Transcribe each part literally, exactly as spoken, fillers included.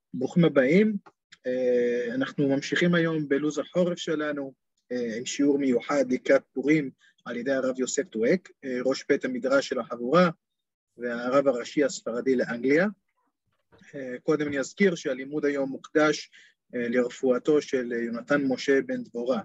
ברוכים הבאים. אנחנו ממשיכים היום בלוז החורף שלנו, עם שיעור מיוחד לקראת פורים על ידי הרב יוסף דואק, ראש בית המדרש של החבורה, והרב הראשי הספרדי לאנגליה. קודם אני אזכיר שהלימוד היום מוקדש לרפואתו של יונתן משה בן דבורה.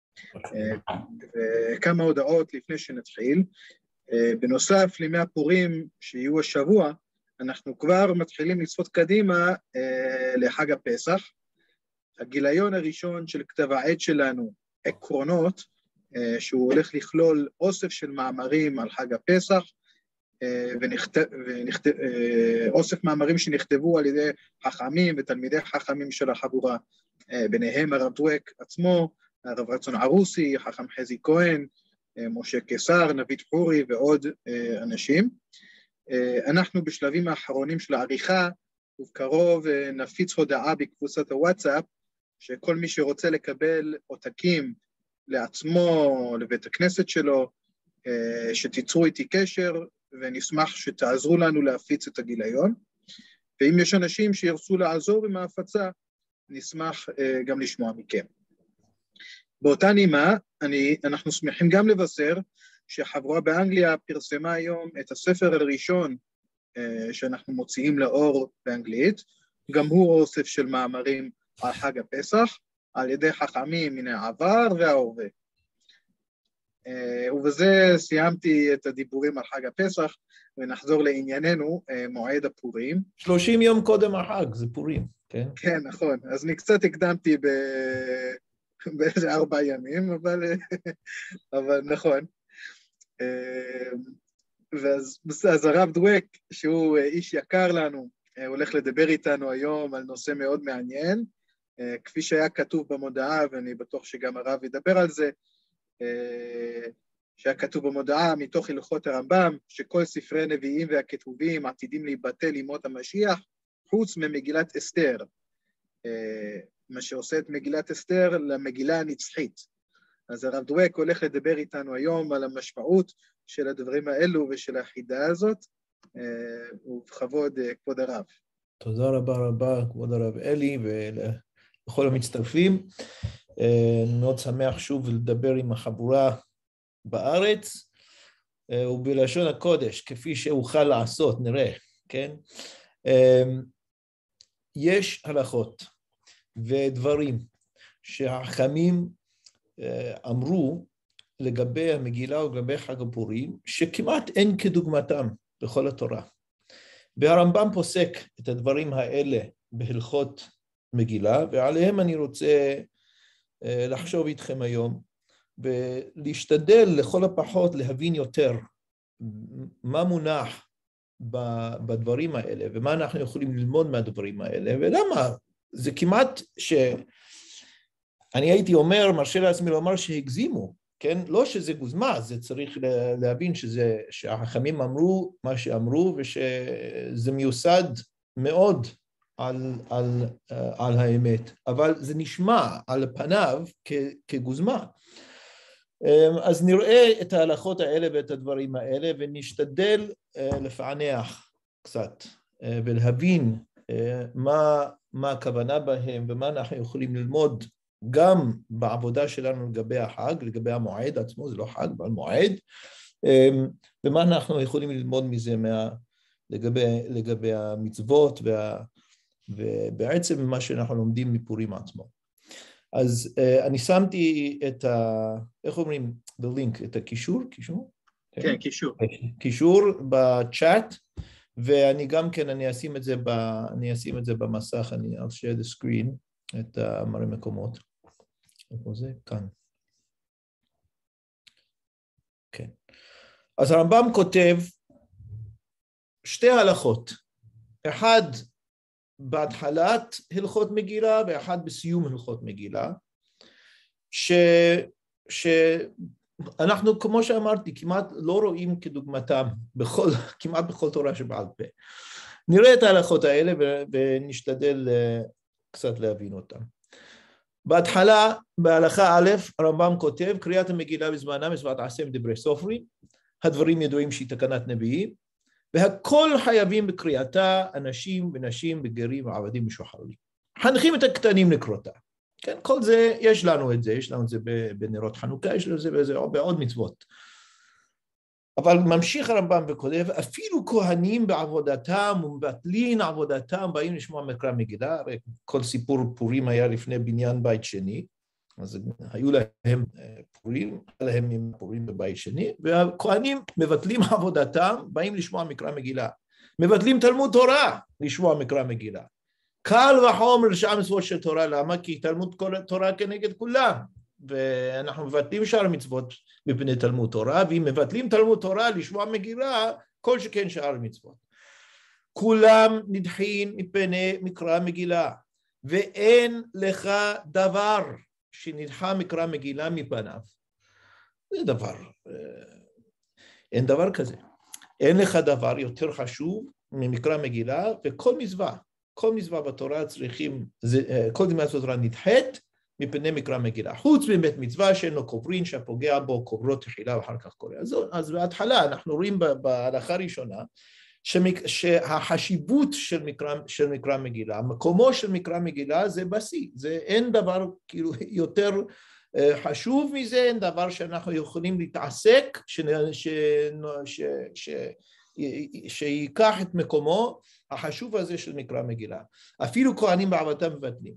וכמה הודעות לפני שנתחיל. בנוסף לימי הפורים שיהיו השבוע, אנחנו כבר מתחילים לצפות קדימה אה, לחג הפסח. הגיליון הראשון של כתב העת שלנו, עקרונות, אה, שהוא הולך לכלול אוסף של מאמרים על חג הפסח, אה, ונכת, ונכת, אה, אוסף מאמרים שנכתבו על ידי חכמים ותלמידי חכמים של החבורה, אה, ביניהם הרב דואק עצמו, הרב רצון ערוסי, חכם חזי כהן, אה, משה קיסר, נבית חורי ועוד אה, אנשים. אנחנו בשלבים האחרונים של העריכה, ובקרוב נפיץ הודעה בקבוצת הוואטסאפ, שכל מי שרוצה לקבל עותקים לעצמו, לבית הכנסת שלו, שתיצרו איתי קשר, ונשמח שתעזרו לנו להפיץ את הגיליון. ואם יש אנשים שירצו לעזור עם ההפצה, נשמח גם לשמוע מכם. באותה נימה, אני, אנחנו שמחים גם לבשר, שהחבורה באנגליה פרסמה היום את הספר הראשון אה, שאנחנו מוציאים לאור באנגלית, גם הוא אוסף של מאמרים על חג הפסח, על ידי חכמים מן העבר וההווה. אה, ובזה סיימתי את הדיבורים על חג הפסח, ונחזור לענייננו, אה, מועד הפורים. שלושים יום קודם החג, זה פורים, כן? כן, נכון. אז אני קצת הקדמתי ב... באיזה ארבע ימים, אבל, אבל נכון. ואז אז הרב דואק, שהוא איש יקר לנו, הולך לדבר איתנו היום על נושא מאוד מעניין, כפי שהיה כתוב במודעה, ואני בטוח שגם הרב ידבר על זה, שהיה כתוב במודעה מתוך הלכות הרמב"ם, שכל ספרי הנביאים והכתובים עתידים להיבטל ימות המשיח, חוץ ממגילת אסתר, מה שעושה את מגילת אסתר למגילה הנצחית. אז הרב דואק הולך לדבר איתנו היום על המשמעות של הדברים האלו ושל החידה הזאת, ובכבוד כבוד הרב. תודה רבה רבה כבוד הרב אלי ולכל המצטרפים. מאוד שמח שוב לדבר עם החבורה בארץ, ובלשון הקודש, כפי שאוכל לעשות, נראה, כן? יש הלכות ודברים שהחכמים אמרו לגבי המגילה ולגבי חג הפורים, שכמעט אין כדוגמתם בכל התורה. והרמב"ם פוסק את הדברים האלה בהלכות מגילה, ועליהם אני רוצה לחשוב איתכם היום, ולהשתדל לכל הפחות להבין יותר מה מונח בדברים האלה, ומה אנחנו יכולים ללמוד מהדברים האלה, ולמה זה כמעט ש... אני הייתי אומר, מרשה לעצמי לומר שהגזימו, כן? לא שזה גוזמה, זה צריך להבין שזה, שהחכמים אמרו מה שאמרו, ושזה מיוסד מאוד על, על, על האמת, אבל זה נשמע על פניו כ, כגוזמה. אז נראה את ההלכות האלה ואת הדברים האלה, ונשתדל לפענח קצת, ולהבין מה, מה הכוונה בהם, ומה אנחנו יכולים ללמוד גם בעבודה שלנו לגבי החג, לגבי המועד עצמו, זה לא חג, אבל מועד, ומה אנחנו יכולים ללמוד מזה מה, לגבי, לגבי המצוות, וה, ובעצם מה שאנחנו לומדים מפורים עצמו. אז אני שמתי את ה... איך אומרים? בלינק, את הקישור? קישור? כן, קישור. קישור בצ'אט, ואני גם כן, אני אשים את זה, ב, אני אשים את זה במסך, אני I'll share the screen, את המראה מקומות. איפה זה? כאן. כן. אז הרמב"ם כותב שתי הלכות. אחד בהתחלת הלכות מגילה, ואחד בסיום הלכות מגילה, ש... שאנחנו, כמו שאמרתי, כמעט לא רואים כדוגמתם בכל, כמעט בכל תורה שבעל פה. נראה את ההלכות האלה ונשתדל קצת להבין אותם. בהתחלה, בהלכה א', הרמב"ם כותב, קריאת המגילה בזמנה מצוות עשה מדברי סופרים, הדברים ידועים שהיא תקנת נביאים, והכל חייבים בקריאתה, אנשים ונשים וגרים ועבדים משוחררים. חנכים את הקטנים לקרותה. כן, כל זה, יש לנו את זה, יש לנו את זה בנרות חנוכה, יש לנו את זה בזה, בעוד מצוות. אבל ממשיך הרמב"ם וכותב, אפילו כהנים בעבודתם ומבטלין עבודתם, באים לשמוע מקרא מגילה, הרי כל סיפור פורים היה לפני בניין בית שני, אז היו להם פורים, היה להם פורים בבית שני, והכהנים מבטלים עבודתם, באים לשמוע מקרא מגילה. מבטלים תלמוד תורה לשמוע מקרא מגילה. קל וחומר לשאר מצוות של תורה, למה? כי תלמוד תורה כנגד כולם, ואנחנו מבטלים שאר המצוות מפני תלמוד תורה, ואם מבטלים תלמוד תורה לשמוע מגילה, כל שכן שאר המצוות. כולם נדחים מפני מקרא מגילה, ואין לך דבר שנדחה מקרא מגילה מפניו. זה דבר, אין דבר כזה. אין לך דבר יותר חשוב ממקרא מגילה, וכל מצווה, כל מצווה בתורה צריכים, כל מצווה בתורה נדחית מפני מקרא מגילה. חוץ מבית מצווה שאינו קוברין, שהפוגע בו קוברו תחילה ואחר כך קורא. אז, אז בהתחלה אנחנו רואים בהלכה הראשונה, שמק, שהחשיבות של מקרא, של מקרא מגילה, מקומו של מקרא מגילה זה בשיא, זה אין דבר כאילו יותר חשוב מזה, אין דבר שאנחנו יכולים להתעסק, ש, ש, ש, ש, שיקח את מקומו החשוב הזה של מקרא מגילה. אפילו כהנים בעבודתם מבטלים.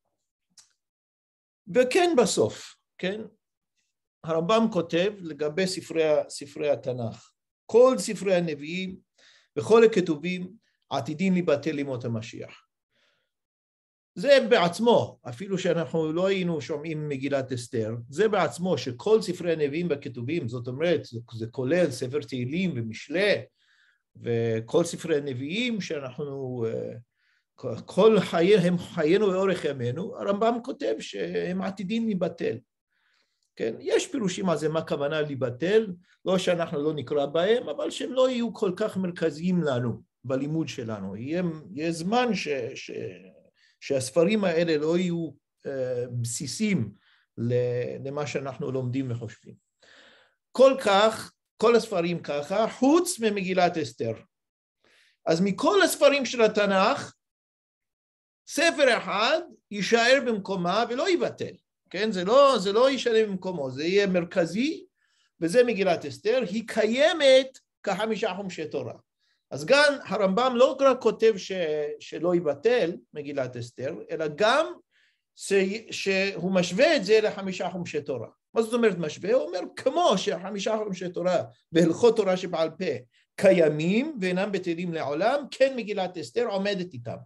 וכן בסוף, כן, הרמב"ם כותב לגבי ספרי, ספרי התנ"ך, כל ספרי הנביאים וכל הכתובים עתידים להיבטל לימות המשיח. זה בעצמו, אפילו שאנחנו לא היינו שומעים מגילת אסתר, זה בעצמו שכל ספרי הנביאים והכתובים, זאת אומרת, זה כולל ספר תהילים ומשלי, וכל ספרי הנביאים שאנחנו, כל חייהם, חיינו ואורך ימינו, הרמב"ם כותב שהם עתידים להיבטל. כן? יש פירושים על זה מה הכוונה להיבטל, לא שאנחנו לא נקרא בהם, אבל שהם לא יהיו כל כך מרכזיים לנו, בלימוד שלנו. יהיה, יהיה זמן ש, ש, שהספרים האלה לא יהיו אה, בסיסים למה שאנחנו לומדים וחושבים. כל כך, כל הספרים ככה, חוץ ממגילת אסתר. אז מכל הספרים של התנ"ך, ספר אחד יישאר במקומה ולא ייבטל. כן? זה לא, זה לא יישאר במקומו, זה יהיה מרכזי, וזה מגילת אסתר, היא קיימת כחמישה חומשי תורה. אז גם הרמב"ם לא רק כותב ש, שלא ייבטל מגילת אסתר, אלא גם ש, שהוא משווה את זה לחמישה חומשי תורה. מה זאת אומרת משווה? הוא אומר, כמו שחמישה חומשי תורה והלכות תורה שבעל פה קיימים ואינם בטלים לעולם, כן מגילת אסתר עומדת איתם.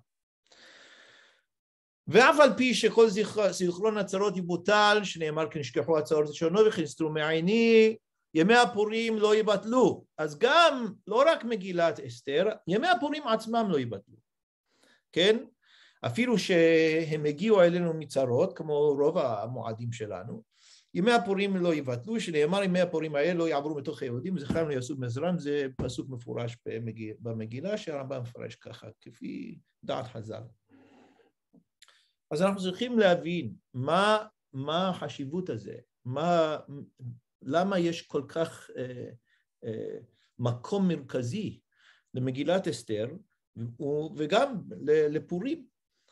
ואף על פי שכל זיכרון הצרות יבוטל, שנאמר כי נשכחו הצרות השונות וכי נסתרו מעיני, ימי הפורים לא יבטלו. אז גם, לא רק מגילת אסתר, ימי הפורים עצמם לא יבטלו. כן? אפילו שהם הגיעו אלינו מצרות, כמו רוב המועדים שלנו, ימי הפורים לא יבטלו, שנאמר ימי הפורים האלה לא יעברו מתוך היהודים, זכרם לא יעשו מזרם, זה פסוק מפורש במגילה, שהרמב"ם מפרש ככה, כפי דעת חז"ל. אז אנחנו צריכים להבין מה, מה החשיבות הזה, מה, למה יש כל כך אה, אה, מקום מרכזי למגילת אסתר, וגם לפורים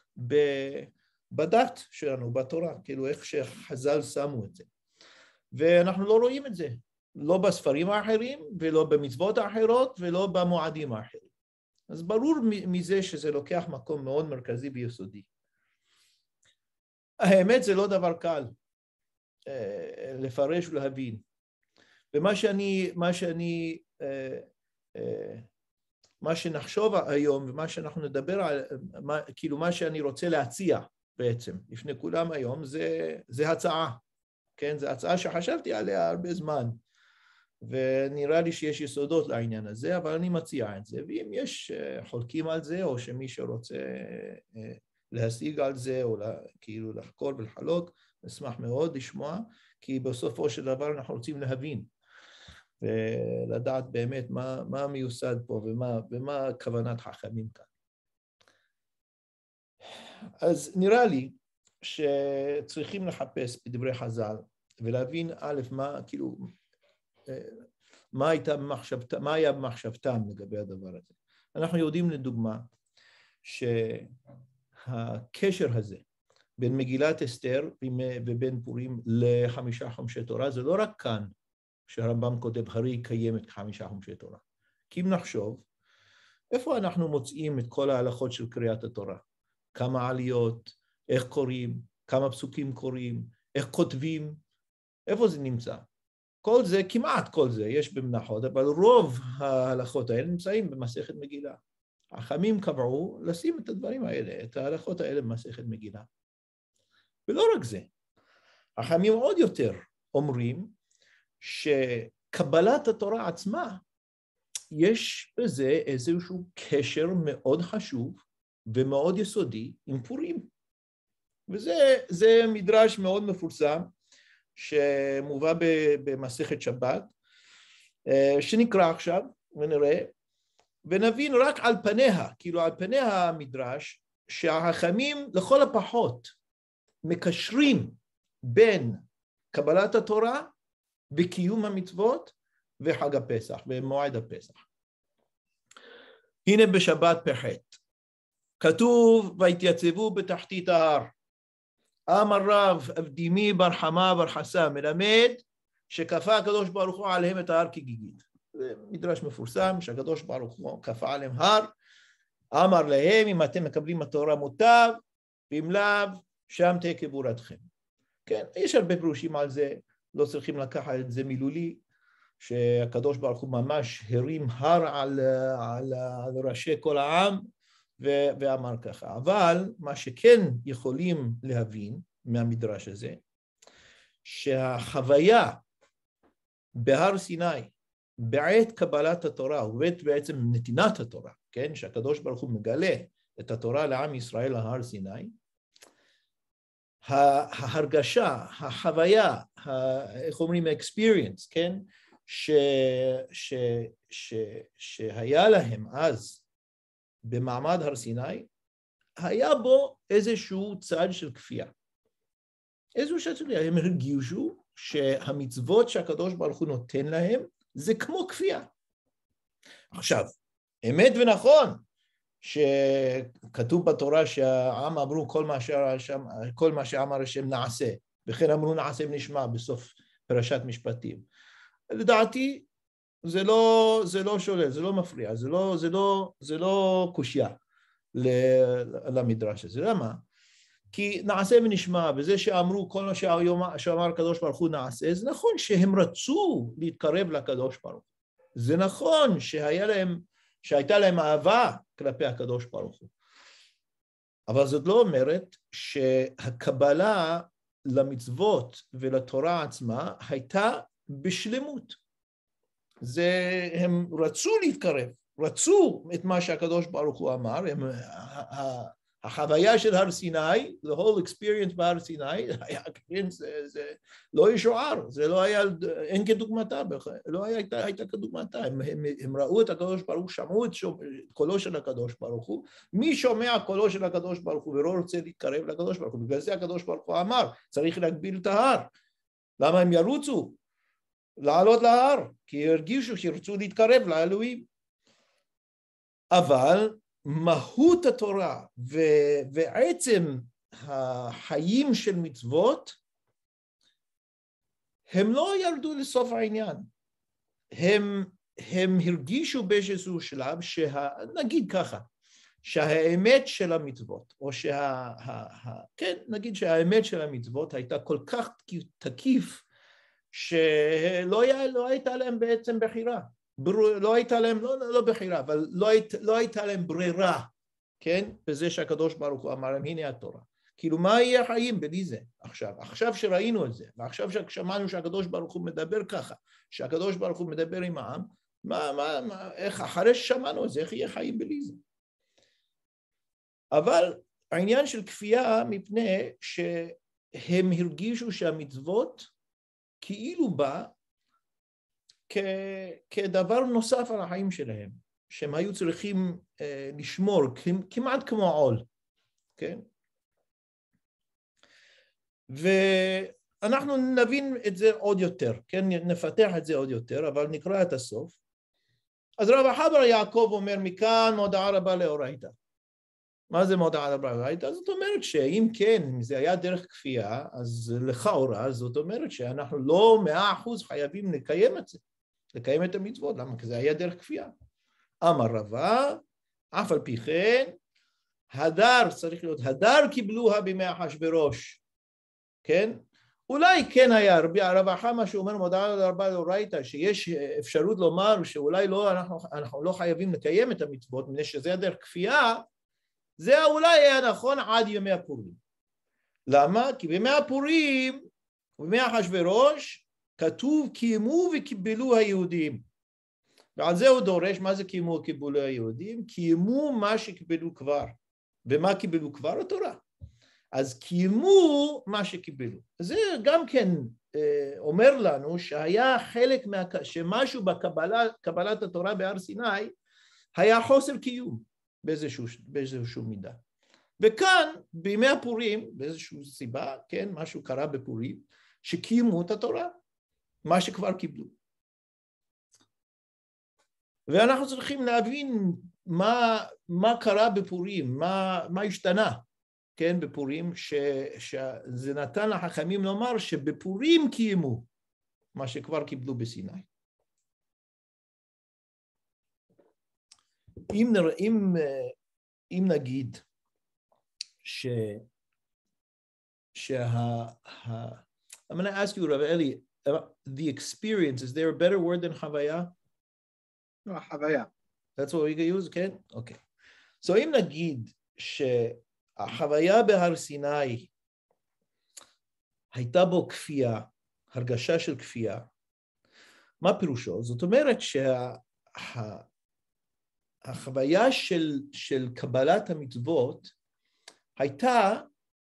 בדת שלנו, בתורה, כאילו איך שחז"ל שמו את זה. ואנחנו לא רואים את זה, לא בספרים האחרים, ולא במצוות האחרות, ולא במועדים האחרים. אז ברור מזה שזה לוקח מקום מאוד מרכזי ויסודי. האמת זה לא דבר קל לפרש ולהבין. ומה שאני, מה שאני, מה שנחשוב היום ומה שאנחנו נדבר על, כאילו מה שאני רוצה להציע בעצם לפני כולם היום, זה, זה הצעה. כן, זו הצעה שחשבתי עליה הרבה זמן. ונראה לי שיש יסודות לעניין הזה, אבל אני מציע את זה. ואם יש חולקים על זה, או שמי שרוצה להשיג על זה, או כאילו לחקור ולחלוק, נשמח מאוד לשמוע, כי בסופו של דבר אנחנו רוצים להבין, ולדעת באמת מה, מה מיוסד פה, ומה, ומה כוונת חכמים כאן. אז נראה לי שצריכים לחפש בדברי חז"ל, ולהבין א', מה, כאילו, מה הייתה מחשבת, מה היה במחשבתם לגבי הדבר הזה. אנחנו יודעים לדוגמה שהקשר הזה בין מגילת אסתר ובין פורים לחמישה חומשי תורה, זה לא רק כאן שהרמב"ם כותב, הרי יקיים את חמישה חומשי תורה. כי אם נחשוב, איפה אנחנו מוצאים את כל ההלכות של קריאת התורה? כמה עליות, איך קוראים, כמה פסוקים קוראים, איך כותבים, איפה זה נמצא? כל זה, כמעט כל זה, יש במנחות, אבל רוב ההלכות האלה נמצאים במסכת מגילה. החכמים קבעו לשים את הדברים האלה, את ההלכות האלה במסכת מגילה. ולא רק זה, החכמים עוד יותר אומרים שקבלת התורה עצמה, יש בזה איזשהו קשר מאוד חשוב ומאוד יסודי עם פורים. וזה זה מדרש מאוד מפורסם, שמובא במסכת שבת, שנקרא עכשיו ונראה, ונבין רק על פניה, כאילו על פניה המדרש, שהחכמים לכל הפחות מקשרים בין קבלת התורה וקיום המצוות וחג הפסח, במועד הפסח. הנה בשבת פ"ח, כתוב, והתייצבו בתחתית ההר. אמר רב אבדימי בר חמה בר חסה, מלמד שכפה הקדוש ברוך הוא עליהם את ההר כגיגית. זה מדרש מפורסם שהקדוש ברוך הוא כפה עליהם הר, אמר להם, אם אתם מקבלים התורה מוטב, ואם לאו, שם תהיה קבורתכם. כן, יש הרבה פירושים על זה, לא צריכים לקחת את זה מילולי, שהקדוש ברוך הוא ממש הרים הר על, על, על ראשי כל העם, ו- ואמר ככה. אבל מה שכן יכולים להבין מהמדרש הזה, שהחוויה בהר סיני, בעת קבלת התורה, ובעת בעצם נתינת התורה, כן, שהקדוש ברוך הוא מגלה את התורה לעם ישראל להר סיני, ההרגשה, החוויה, איך אומרים, experience, כן, ש, ש, ש, שהיה להם אז במעמד הר סיני, היה בו איזשהו צד של כפייה. איזשהו צד של כפייה, הם הרגישו שהמצוות שהקדוש ברוך הוא נותן להם, זה כמו כפייה. עכשיו, אמת ונכון, שכתוב בתורה שהעם אמרו כל מה, שהשם, כל מה שאמר השם נעשה, וכן אמרו נעשה ונשמע בסוף פרשת משפטים. לדעתי, זה לא, זה לא שולל, זה לא מפריע, זה לא, זה לא, זה לא קושיה למדרש הזה. למה? כי נעשה ונשמע, וזה שאמרו כל מה שאמר הקדוש ברוך הוא נעשה, זה נכון שהם רצו להתקרב לקדוש ברוך הוא. זה נכון שהיה להם, שהייתה להם אהבה כלפי הקדוש ברוך הוא. אבל זאת לא אומרת שהקבלה למצוות ולתורה עצמה הייתה בשלמות. זה, הם רצו להתקרב, רצו את מה שהקדוש ברוך הוא אמר, הם, החוויה של הר סיני, the whole experience בהר סיני, היה, זה, זה לא ישוער, זה לא היה, אין כדוגמתה, לא הייתה, הייתה כדוגמתה, הם, הם, הם ראו את הקדוש ברוך הוא, שמעו את קולו של הקדוש ברוך הוא, מי שומע קולו של הקדוש ברוך הוא ולא רוצה להתקרב לקדוש ברוך הוא, בגלל זה הקדוש ברוך הוא אמר, צריך להגביל את ההר, למה הם ירוצו? לעלות להר, כי הרגישו שרצו להתקרב לאלוהים. אבל מהות התורה ו- ועצם החיים של מצוות, הם לא ירדו לסוף העניין. הם, הם הרגישו באיזשהו שלב, שה, נגיד ככה, שהאמת של המצוות, או שה... ה, ה, כן, נגיד שהאמת של המצוות הייתה כל כך תקיף, שלא היה, לא הייתה להם בעצם בחירה, לא הייתה להם, לא, לא בחירה, אבל לא, היית, לא הייתה להם ברירה, כן? בזה שהקדוש ברוך הוא אמר להם, הנה התורה. כאילו, מה יהיה החיים בלי זה עכשיו? עכשיו שראינו את זה, ועכשיו ששמענו שהקדוש ברוך הוא מדבר ככה, שהקדוש ברוך הוא מדבר עם העם, מה, מה, מה, איך, אחרי ששמענו את זה, איך יהיה חיים בלי זה? אבל העניין של כפייה מפני שהם הרגישו שהמצוות, כאילו בא כ- כדבר נוסף על החיים שלהם, שהם היו צריכים אה, לשמור, כמעט כמו עול, כן? אנחנו נבין את זה עוד יותר, כן? נפתח את זה עוד יותר, אבל נקרא את הסוף. אז רב חבר יעקב אומר, מכאן מודעה רבה לאורייתא. מה זה מודעה רבה לאורייתא? זאת אומרת שאם כן, אם זה היה דרך כפייה, אז לכאורה, זאת אומרת שאנחנו לא מאה אחוז חייבים לקיים את זה, לקיים את המצוות, למה? כי זה היה דרך כפייה. אמר רבא, אף על פי כן, הדר, צריך להיות, הדר קיבלוה בימי אחשוורוש, כן? אולי כן היה, רבי הרב חמא שאומר מודעה רבה לאורייתא, שיש אפשרות לומר שאולי לא, אנחנו, אנחנו לא חייבים לקיים את המצוות, מפני שזה דרך כפייה, זה אולי היה נכון עד ימי הפורים. למה? כי בימי הפורים, בימי אחשוורוש, כתוב קיימו וקיבלו היהודים. ועל זה הוא דורש, מה זה קיימו וקיבלו היהודים? קיימו מה שקיבלו כבר. ומה קיבלו כבר? התורה. אז קיימו מה שקיבלו. זה גם כן אומר לנו שהיה חלק, מה, שמשהו בקבלת התורה בהר סיני, היה חוסר קיום באיזשהו, באיזשהו מידה. וכאן, בימי הפורים, באיזושהי סיבה, כן, משהו קרה בפורים, שקיימו את התורה, מה שכבר קיבלו. ואנחנו צריכים להבין מה, מה קרה בפורים, מה, מה השתנה, כן, בפורים, ש, שזה נתן לחכמים לומר שבפורים קיימו מה שכבר קיבלו בסיני. אם, אם, אם נגיד ש, שה, ה, I'm going to ask you, Rav Eli, the experience, is there a better word than חוויה? לא, חוויה. That's what we can use, כן? אוקיי. So אם נגיד שהחוויה בהר סיני הייתה בו כפייה, הרגשה של כפייה, מה פירושו? זאת אומרת שהחוויה של, של קבלת המצוות הייתה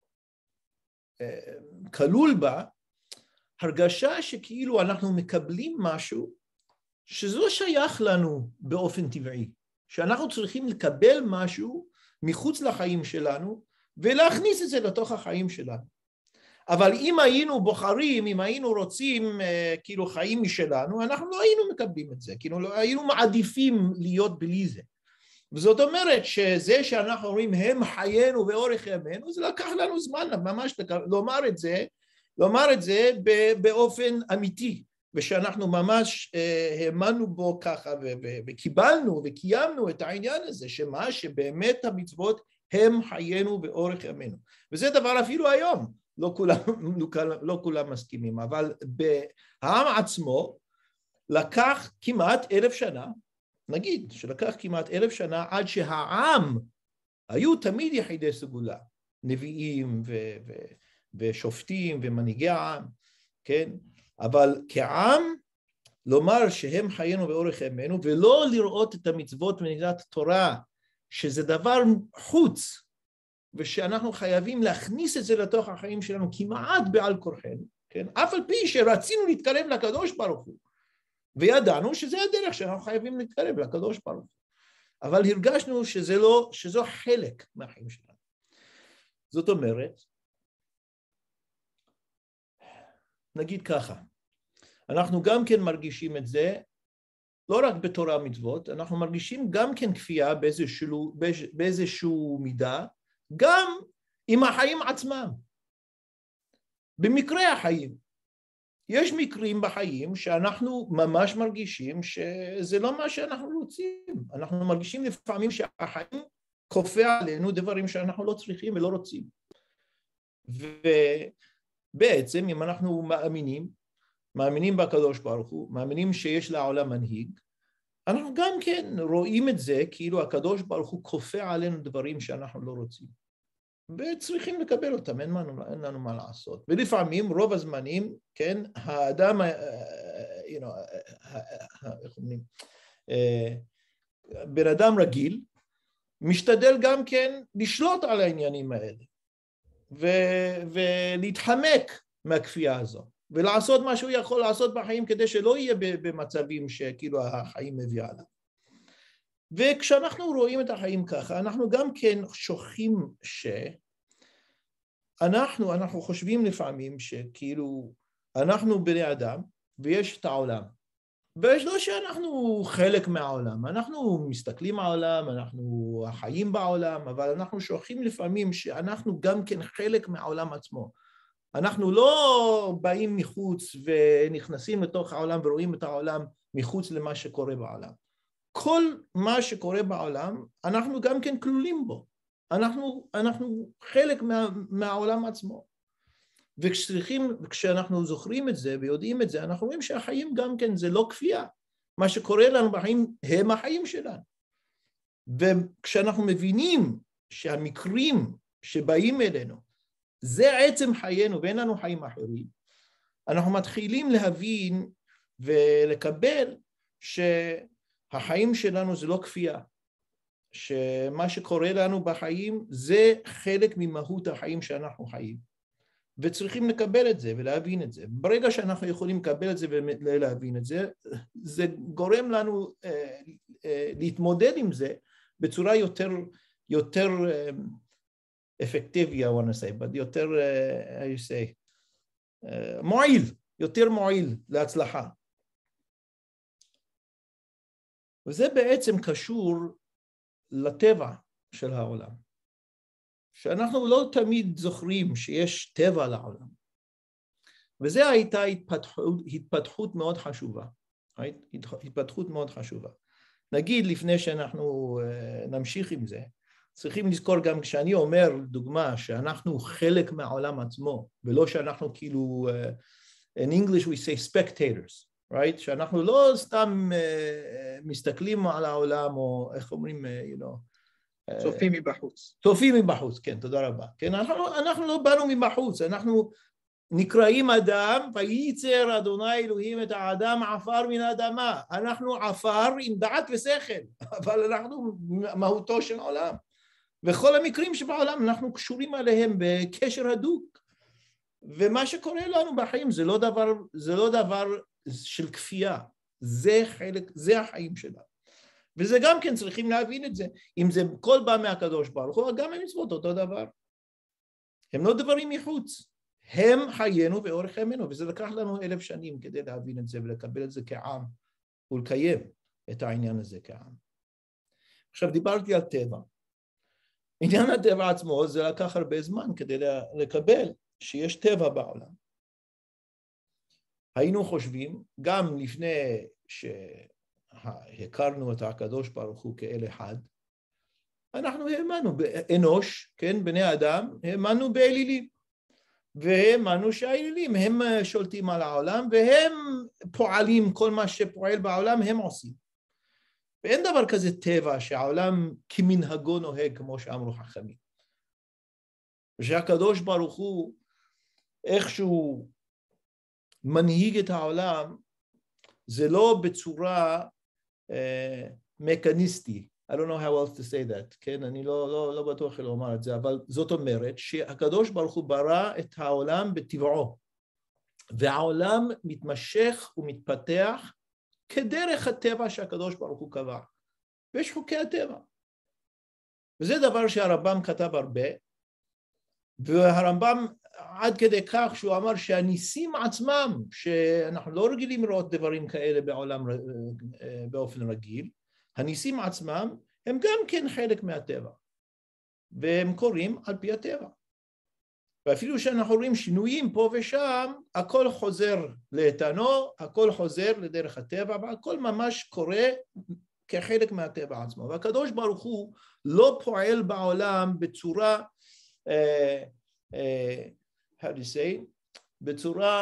כלול בה הרגשה שכאילו אנחנו מקבלים משהו שזה לא שייך לנו באופן טבעי, שאנחנו צריכים לקבל משהו מחוץ לחיים שלנו ולהכניס את זה לתוך החיים שלנו. אבל אם היינו בוחרים, אם היינו רוצים כאילו חיים משלנו, אנחנו לא היינו מקבלים את זה, כאילו לא היינו מעדיפים להיות בלי זה. וזאת אומרת שזה שאנחנו אומרים הם חיינו ואורך ימינו, זה לקח לנו זמן ממש לומר את זה, לומר את זה באופן אמיתי, ושאנחנו ממש האמנו בו ככה וקיבלנו וקיימנו את העניין הזה, שמה שבאמת המצוות הם חיינו ואורך ימינו. וזה דבר אפילו היום, לא כולם, לא כולם מסכימים, אבל העם עצמו לקח כמעט אלף שנה, נגיד שלקח כמעט אלף שנה עד שהעם היו תמיד יחידי סגולה, נביאים ו- ו- ושופטים ומנהיגי העם, כן? אבל כעם לומר שהם חיינו באורך ימינו ולא לראות את המצוות ונתינת תורה שזה דבר חוץ ושאנחנו חייבים להכניס את זה לתוך החיים שלנו כמעט בעל כורחנו, כן? אף על פי שרצינו להתקרב לקדוש ברוך הוא וידענו שזה הדרך שאנחנו חייבים להתקרב לקדוש ברוך הוא, אבל הרגשנו שזה לא, שזו חלק מהחיים שלנו. זאת אומרת, נגיד ככה, אנחנו גם כן מרגישים את זה, לא רק בתורה מצוות, אנחנו מרגישים גם כן כפייה באיזשהו, באיזשהו מידה, גם עם החיים עצמם. במקרה החיים, יש מקרים בחיים שאנחנו ממש מרגישים שזה לא מה שאנחנו רוצים. אנחנו מרגישים לפעמים שהחיים כופה עלינו דברים שאנחנו לא צריכים ולא רוצים. ובעצם אם אנחנו מאמינים, מאמינים בקדוש ברוך הוא, מאמינים שיש לעולם מנהיג, אנחנו גם כן רואים את זה כאילו הקדוש ברוך הוא כופה עלינו דברים שאנחנו לא רוצים. וצריכים לקבל אותם, אין לנו, אין לנו מה לעשות. ולפעמים, רוב הזמנים, כן, האדם, you know, איך אומרים, בן אדם רגיל, משתדל גם כן לשלוט על העניינים האלה, ו- ולהתחמק מהכפייה הזו, ולעשות מה שהוא יכול לעשות בחיים, כדי שלא יהיה במצבים שכאילו החיים מביא עליו. וכשאנחנו רואים את החיים ככה, אנחנו גם כן שוכחים אנחנו, אנחנו חושבים לפעמים שכאילו אנחנו בני אדם ויש את העולם. ויש לא שאנחנו חלק מהעולם, אנחנו מסתכלים על העולם, אנחנו חיים בעולם, אבל אנחנו שוכחים לפעמים שאנחנו גם כן חלק מהעולם עצמו. אנחנו לא באים מחוץ ונכנסים לתוך העולם ורואים את העולם מחוץ למה שקורה בעולם. כל מה שקורה בעולם, אנחנו גם כן כלולים בו. אנחנו, אנחנו חלק מה, מהעולם עצמו. וכשצריכים, כשאנחנו זוכרים את זה ויודעים את זה, אנחנו רואים שהחיים גם כן זה לא כפייה. מה שקורה לנו בחיים הם החיים שלנו. וכשאנחנו מבינים שהמקרים שבאים אלינו, זה עצם חיינו ואין לנו חיים אחרים, אנחנו מתחילים להבין ולקבל שהחיים שלנו זה לא כפייה. שמה שקורה לנו בחיים זה חלק ממהות החיים שאנחנו חיים. וצריכים לקבל את זה ולהבין את זה. ברגע שאנחנו יכולים לקבל את זה ולהבין את זה, זה גורם לנו uh, uh, להתמודד עם זה בצורה יותר, יותר uh, אפקטיביה, I want to say, but יותר, uh, how you say, uh, מועיל, יותר מועיל להצלחה. וזה בעצם קשור לטבע של העולם. שאנחנו לא תמיד זוכרים שיש טבע לעולם. וזו הייתה התפתחות, התפתחות מאוד חשובה. התפתחות מאוד חשובה. נגיד, לפני שאנחנו נמשיך עם זה, צריכים לזכור גם כשאני אומר, דוגמה, שאנחנו חלק מהעולם עצמו, ולא שאנחנו כאילו, in English we say spectators, right? שאנחנו לא סתם מסתכלים על העולם, או איך אומרים, you know, צופים מבחוץ. צופים מבחוץ, כן, תודה רבה. כן, אנחנו, אנחנו לא באנו מבחוץ, אנחנו נקראים אדם, וייצר אדוני אלוהים את האדם עפר מן האדמה. אנחנו עפר עם דעת ושכל, אבל אנחנו מהותו של העולם. וכל המקרים שבעולם אנחנו קשורים עליהם בקשר הדוק. ומה שקורה לנו בחיים זה לא דבר, זה לא דבר של כפייה, זה חלק, זה החיים שלנו. וזה גם כן צריכים להבין את זה. אם זה כל בא מהקדוש ברוך הוא, גם המצוות אותו דבר. הם לא דברים מחוץ. הם חיינו ואורך ימינו, וזה לקח לנו אלף שנים כדי להבין את זה ולקבל את זה כעם, ולקיים את העניין הזה כעם. עכשיו דיברתי על טבע. עניין הטבע עצמו זה לקח הרבה זמן כדי לקבל שיש טבע בעולם. היינו חושבים, גם לפני ש... הכרנו את הקדוש ברוך הוא כאל אחד, אנחנו האמנו באנוש, כן, בני אדם, האמנו באלילים, והאמנו שהאלילים הם שולטים על העולם, והם פועלים, כל מה שפועל בעולם הם עושים. ואין דבר כזה טבע שהעולם כמנהגו נוהג, כמו שאמרו חכמים. ושהקדוש ברוך הוא איכשהו מנהיג את העולם, זה לא בצורה uh, מקניסטי. I don't know how else to say that, כן? אני לא, לא, לא בטוח לומר את זה, אבל זאת אומרת שהקדוש ברוך הוא ברא את העולם בטבעו, והעולם מתמשך ומתפתח כדרך הטבע שהקדוש ברוך הוא קבע. ויש חוקי הטבע. וזה דבר שהרמב"ם כתב הרבה, והרמב"ם עד כדי כך שהוא אמר שהניסים עצמם, שאנחנו לא רגילים לראות דברים כאלה בעולם באופן רגיל, הניסים עצמם הם גם כן חלק מהטבע, והם קורים על פי הטבע. ואפילו שאנחנו רואים שינויים פה ושם, הכל חוזר לאיתנו, הכל חוזר לדרך הטבע, והכל ממש קורה כחלק מהטבע עצמו. והקדוש ברוך הוא לא פועל בעולם בצורה, uh, uh, how do you say, בצורה,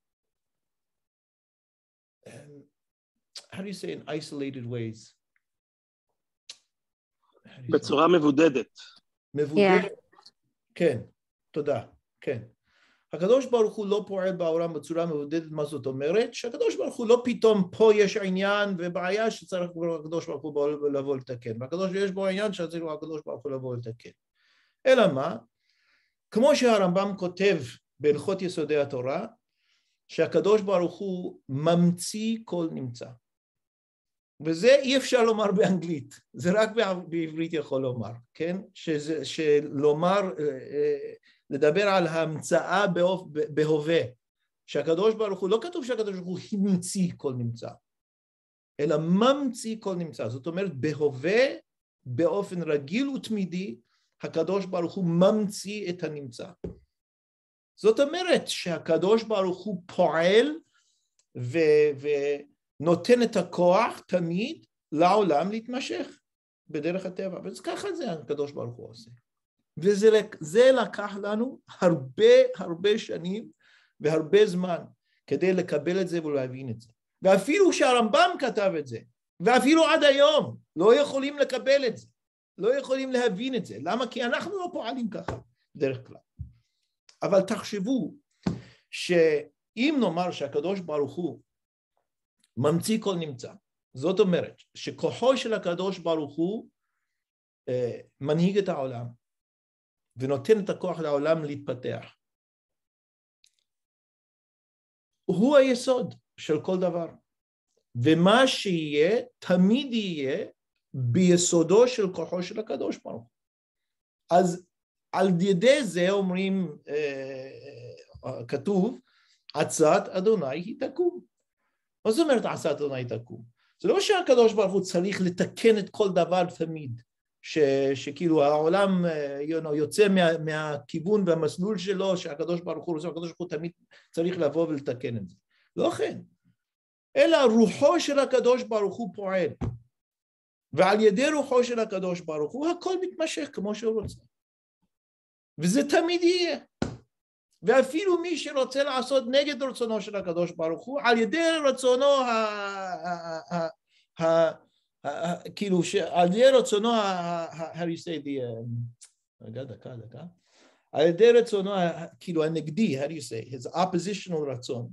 um, how do you say in isolated ways? בצורה מבודדת. מבודדת, כן, תודה, כן. הקדוש ברוך הוא לא פועל בעולם בצורה מבודדת, מה זאת אומרת? שהקדוש ברוך הוא לא פתאום פה יש עניין ובעיה שצריך הקדוש ברוך הוא לבוא לתקן, והקדוש יש בו עניין שצריך הקדוש ברוך הוא לבוא לתקן. אלא מה? כמו שהרמב"ם כותב בהלכות יסודי התורה, שהקדוש ברוך הוא ממציא כל נמצא. וזה אי אפשר לומר באנגלית, זה רק בעברית יכול לומר, כן? שזה, שלומר, לדבר על המצאה בהווה, שהקדוש ברוך הוא, לא כתוב שהקדוש ברוך הוא המציא כל נמצא, אלא ממציא כל נמצא, זאת אומרת בהווה, באופן רגיל ותמידי, הקדוש ברוך הוא ממציא את הנמצא. זאת אומרת שהקדוש ברוך הוא פועל ונותן את הכוח תמיד לעולם להתמשך בדרך הטבע, וככה זה הקדוש ברוך הוא עושה. וזה לקח לנו הרבה הרבה שנים והרבה זמן כדי לקבל את זה ולהבין את זה. ואפילו שהרמב"ם כתב את זה, ואפילו עד היום לא יכולים לקבל את זה, לא יכולים להבין את זה. למה? כי אנחנו לא פועלים ככה דרך כלל. אבל תחשבו שאם נאמר שהקדוש ברוך הוא ממציא כל נמצא, זאת אומרת שכוחו של הקדוש ברוך הוא אה, מנהיג את העולם ונותן את הכוח לעולם להתפתח. הוא היסוד של כל דבר. ומה שיהיה תמיד יהיה ביסודו של כוחו של הקדוש ברוך הוא. אז על ידי זה אומרים, אה, כתוב, עצת אדוני היא תקום. מה זאת אומרת עצת אדוני היא תקום? זה לא שהקדוש ברוך הוא צריך לתקן את כל דבר תמיד, ש, שכאילו העולם you know, יוצא מה, מהכיוון והמסלול שלו, שהקדוש ברוך הוא, הקדוש ברוך הוא תמיד צריך לבוא ולתקן את זה. לא כן. אלא רוחו של הקדוש ברוך הוא פועל. ועל ידי רוחו של הקדוש ברוך הוא, הכל מתמשך כמו שהוא רוצה. וזה תמיד יהיה. ואפילו מי שרוצה לעשות נגד רצונו של הקדוש ברוך הוא, על ידי רצונו, כאילו, על ידי רצונו, how do you say the, רגע, דקה, דקה, על ידי רצונו, כאילו, הנגדי, how do you say, his oppositional רצון.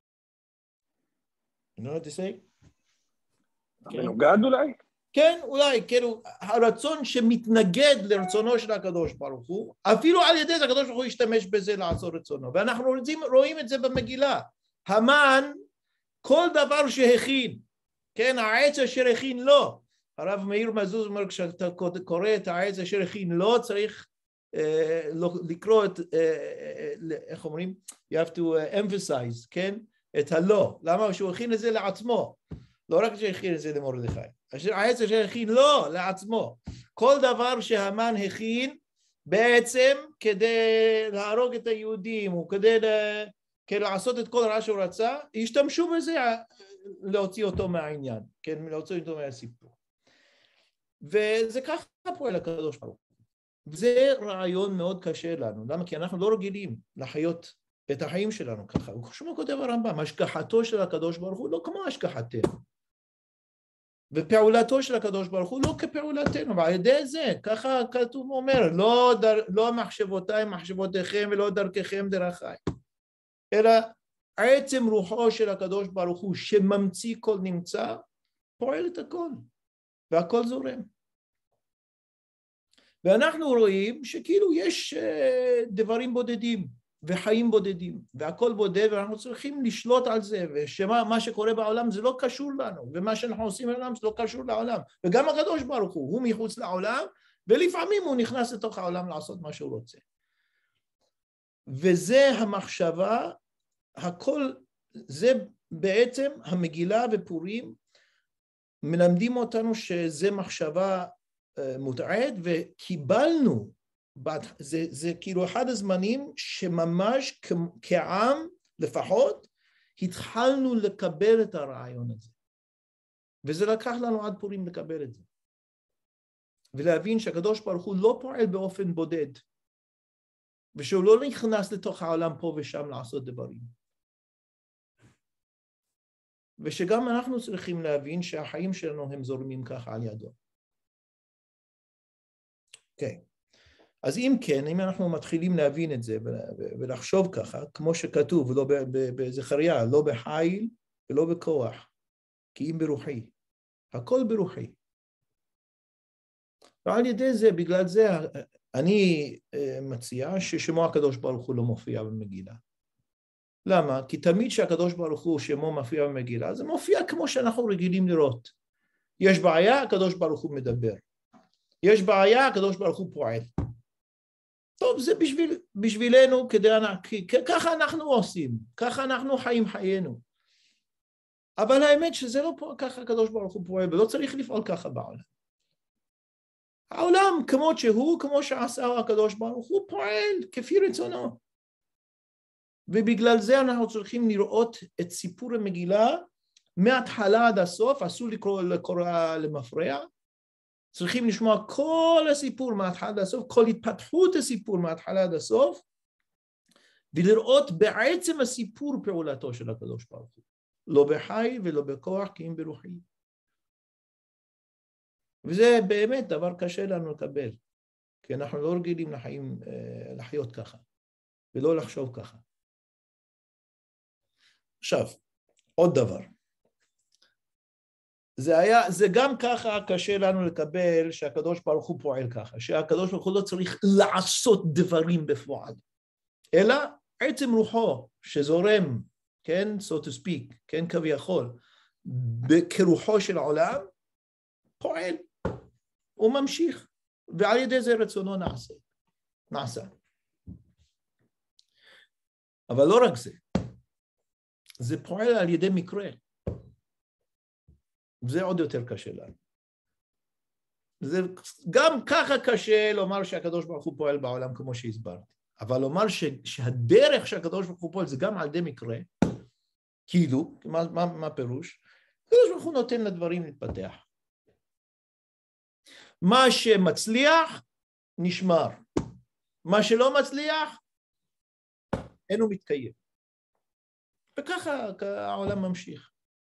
You know what to say? מנוגד אולי? כן, אולי, כאילו, הרצון שמתנגד לרצונו של הקדוש ברוך הוא, אפילו על ידי זה הקדוש ברוך הוא ישתמש בזה לעשות רצונו, ואנחנו רואים, רואים את זה במגילה. המן, כל דבר שהכין, כן, העץ אשר הכין לו, הרב מאיר מזוז אומר, כשאתה קורא את העץ אשר הכין לו, צריך אה, לקרוא את, אה, איך אומרים? You have to emphasize, כן? את הלא. למה? שהוא הכין את זה לעצמו, לא רק שהכין את זה למרדכי. העץ אשר הכין לו לעצמו. כל דבר שהמן הכין בעצם כדי להרוג את היהודים, או כדי, כדי לעשות את כל הרע שהוא רצה, השתמשו בזה להוציא אותו מהעניין, כן? להוציא אותו מהסיפור. וזה ככה פועל הקדוש ברוך הוא. וזה רעיון מאוד קשה לנו. למה? כי אנחנו לא רגילים לחיות את החיים שלנו ככה. וכמו כותב הרמב"ם, השגחתו של הקדוש ברוך הוא לא כמו השגחתנו. ופעולתו של הקדוש ברוך הוא לא כפעולתנו, ועל ידי זה, ככה כתוב אומר, לא, דר, לא מחשבותיי מחשבותיכם ולא דרככם דרכיי, אלא עצם רוחו של הקדוש ברוך הוא שממציא כל נמצא, פועל את הכל, והכל זורם. ואנחנו רואים שכאילו יש דברים בודדים, וחיים בודדים, והכל בודד, ואנחנו צריכים לשלוט על זה, ושמה מה שקורה בעולם זה לא קשור לנו, ומה שאנחנו עושים בעולם זה לא קשור לעולם, וגם הקדוש ברוך הוא, הוא מחוץ לעולם, ולפעמים הוא נכנס לתוך העולם לעשות מה שהוא רוצה. וזה המחשבה, הכל, זה בעצם המגילה ופורים, מלמדים אותנו שזה מחשבה מוטעית, וקיבלנו, זה, זה כאילו אחד הזמנים שממש כעם לפחות התחלנו לקבל את הרעיון הזה. וזה לקח לנו עד פורים לקבל את זה. ולהבין שהקדוש ברוך הוא לא פועל באופן בודד, ושהוא לא נכנס לתוך העולם פה ושם לעשות דברים. ושגם אנחנו צריכים להבין שהחיים שלנו הם זורמים ככה על ידו. אוקיי. Okay. אז אם כן, אם אנחנו מתחילים להבין את זה ולחשוב ככה, כמו שכתוב, לא בזכריה, לא בחיל ולא בכוח, כי אם ברוחי, הכל ברוחי. ועל ידי זה, בגלל זה, אני מציע ששמו הקדוש ברוך הוא לא מופיע במגילה. למה? כי תמיד שהקדוש ברוך הוא שמו מופיע במגילה, זה מופיע כמו שאנחנו רגילים לראות. יש בעיה, הקדוש ברוך הוא מדבר. יש בעיה, הקדוש ברוך הוא פועל. טוב, זה בשביל, בשבילנו, כדי, כי ככה אנחנו עושים, ככה אנחנו חיים חיינו. אבל האמת שזה לא פה, ככה הקדוש ברוך הוא פועל, ולא צריך לפעול ככה בעולם. העולם כמות שהוא, כמו שעשה הקדוש ברוך הוא, פועל כפי רצונו. ובגלל זה אנחנו צריכים לראות את סיפור המגילה, מההתחלה עד הסוף, אסור לקרוא לקורא למפרע, צריכים לשמוע כל הסיפור מההתחלה עד הסוף, כל התפתחות הסיפור מההתחלה עד הסוף, ולראות בעצם הסיפור פעולתו של הקדוש ברוך הוא. לא בחי ולא בכוח, כי אם ברוחי. וזה באמת דבר קשה לנו לקבל, כי אנחנו לא רגילים לחיים, לחיות ככה, ולא לחשוב ככה. עכשיו, עוד דבר. זה היה, זה גם ככה קשה לנו לקבל שהקדוש ברוך הוא פועל ככה, שהקדוש ברוך הוא לא צריך לעשות דברים בפועל, אלא עצם רוחו שזורם, כן, so to speak, כן, כביכול, כרוחו של העולם, פועל, הוא ממשיך, ועל ידי זה רצונו נעשה, נעשה. אבל לא רק זה, זה פועל על ידי מקרה. זה עוד יותר קשה לנו. זה גם ככה קשה לומר שהקדוש ברוך הוא פועל בעולם כמו שהסברתי, אבל לומר ש, שהדרך שהקדוש ברוך הוא פועל זה גם על ידי מקרה, כאילו, מה, מה, מה פירוש? הקדוש ברוך הוא נותן לדברים להתפתח. מה שמצליח, נשמר. מה שלא מצליח, אינו מתקיים. וככה העולם ממשיך.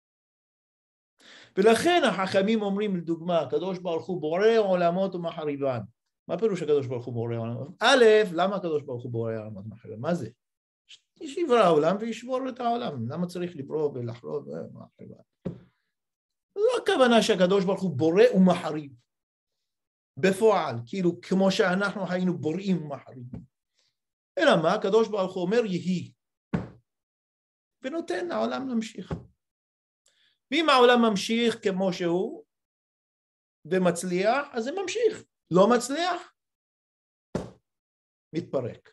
ולכן החכמים אומרים לדוגמה, הקדוש ברוך הוא בורא עולמות ומחריבן. מה פירוש הקדוש ברוך הוא בורא עולמות? א', למה הקדוש ברוך הוא בורא עולמות ומחריבן? מה זה? ישבר העולם וישבור את העולם. למה צריך לברוא ולחרוב ומחריבן? זו הכוונה שהקדוש ברוך הוא בורא ומחריב. בפועל, כאילו כמו שאנחנו היינו בוראים ומחריבים. אלא מה? הקדוש ברוך הוא אומר יהי. ונותן העולם להמשיך. ואם העולם ממשיך כמו שהוא, ומצליח, אז זה ממשיך. לא מצליח, מתפרק.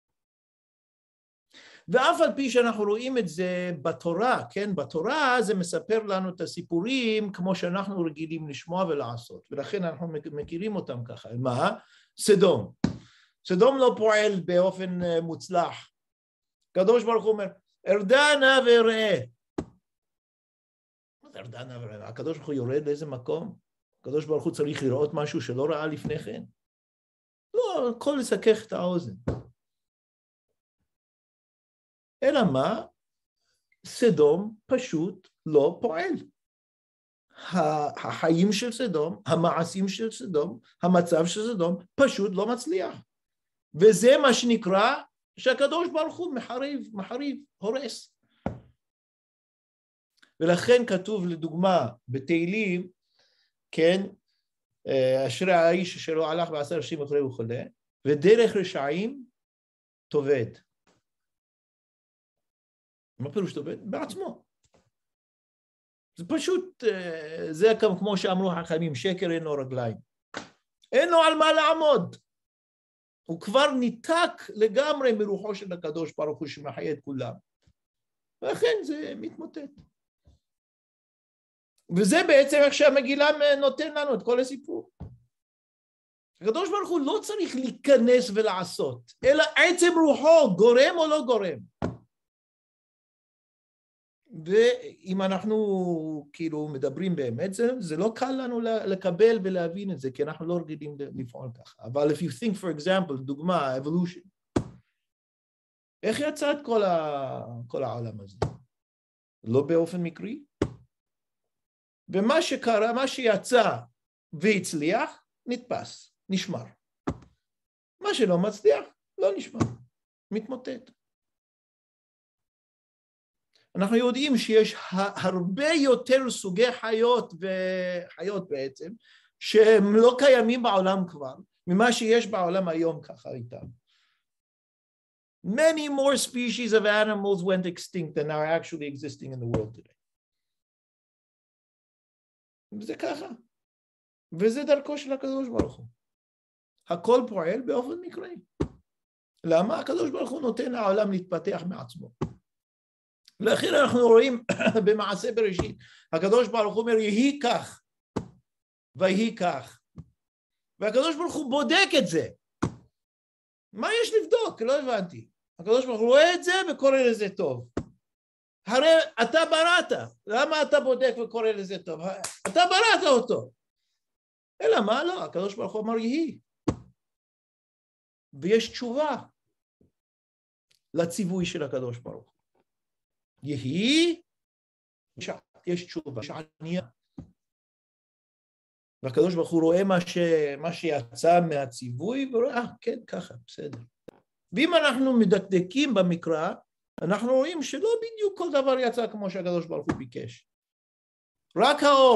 ואף על פי שאנחנו רואים את זה בתורה, כן? בתורה זה מספר לנו את הסיפורים כמו שאנחנו רגילים לשמוע ולעשות, ולכן אנחנו מכירים אותם ככה. מה? סדום. סדום לא פועל באופן מוצלח. הקדוש ברוך הוא אומר, ארדה נא וראה. ארדה נא וראה. הקדוש ברוך הוא יורד לאיזה מקום? הקדוש ברוך הוא צריך לראות משהו שלא ראה לפני כן. לא, הכל לסכך את האוזן. אלא מה? סדום פשוט לא פועל. החיים של סדום, המעשים של סדום, המצב של סדום פשוט לא מצליח. וזה מה שנקרא שהקדוש ברוך הוא מחריב, מחריב, הורס. ולכן כתוב לדוגמה בתהילים, כן, אשרי האיש שלא הלך בעשר אנשים אחרי וכו', ודרך רשעים תאבד. מה פירוש תאבד? בעצמו. זה פשוט, זה כמו שאמרו החכמים, שקר אין לו רגליים. אין לו על מה לעמוד. הוא כבר ניתק לגמרי מרוחו של הקדוש ברוך הוא שמחיה את כולם. ולכן זה מתמוטט. וזה בעצם איך שהמגילה נותן לנו את כל הסיפור. הקדוש ברוך הוא לא צריך להיכנס ולעשות, אלא עצם רוחו גורם או לא גורם. ואם אנחנו כאילו מדברים באמת, זה, זה לא קל לנו לקבל ולהבין את זה, כי אנחנו לא רגילים לפעול ככה. אבל if you think, for example, דוגמה, evolution, איך יצא את כל, ה, כל העולם הזה? לא באופן מקרי. ומה שקרה, מה שיצא והצליח, נתפס, נשמר. מה שלא מצליח, לא נשמר, מתמוטט. אנחנו יודעים שיש הרבה יותר סוגי חיות וחיות בעצם, שהם לא קיימים בעולם כבר, ממה שיש בעולם היום ככה איתם. Many more species of animals went extinct than are actually existing in the world today. וזה ככה. וזה דרכו של הקדוש ברוך הוא. הכל פועל באופן מקראי. למה? הקדוש ברוך הוא נותן לעולם להתפתח מעצמו. ולכן אנחנו רואים במעשה בראשית, הקדוש ברוך הוא אומר, יהי כך, ויהי כך. והקדוש ברוך הוא בודק את זה. מה יש לבדוק? לא הבנתי. הקדוש ברוך הוא רואה את זה וקורא לזה טוב. הרי אתה בראת, למה אתה בודק וקורא לזה טוב? אתה בראת אותו. אלא מה? לא, הקדוש ברוך הוא אמר יהי. ויש תשובה לציווי של הקדוש ברוך הוא. יהי, יש תשובה, יש ענייה. והקדוש ברוך הוא רואה מה, ש... מה שיצא מהציווי, ורואה, אה, כן, ככה, בסדר. ואם אנחנו מדקדקים במקרא, אנחנו רואים שלא בדיוק כל דבר יצא כמו שהקדוש ברוך הוא ביקש. רק האור.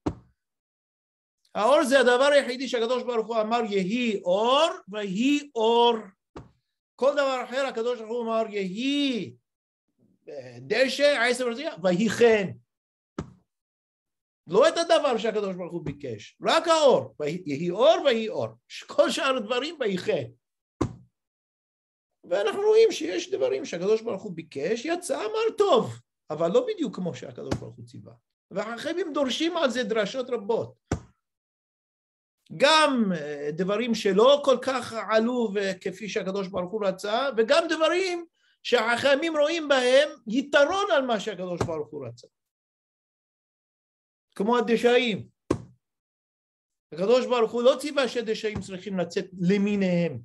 האור זה הדבר היחידי שהקדוש ברוך הוא אמר יהי אור, ויהי אור. כל דבר אחר הקדוש ברוך הוא אמר יהי דשא, עשב ורזייה, ויהי חן. לא את הדבר שהקדוש ברוך הוא ביקש, רק האור, יהי אור ויהי אור. כל שאר הדברים ויהי חן. ואנחנו רואים שיש דברים שהקדוש ברוך הוא ביקש, יצא, אמר טוב, אבל לא בדיוק כמו שהקדוש ברוך הוא ציווה. והחכמים דורשים על זה דרשות רבות. גם דברים שלא כל כך עלו כפי שהקדוש ברוך הוא רצה, וגם דברים שהחכמים רואים בהם יתרון על מה שהקדוש ברוך הוא רצה. כמו הדשאים. הקדוש ברוך הוא לא ציווה שדשאים צריכים לצאת למיניהם.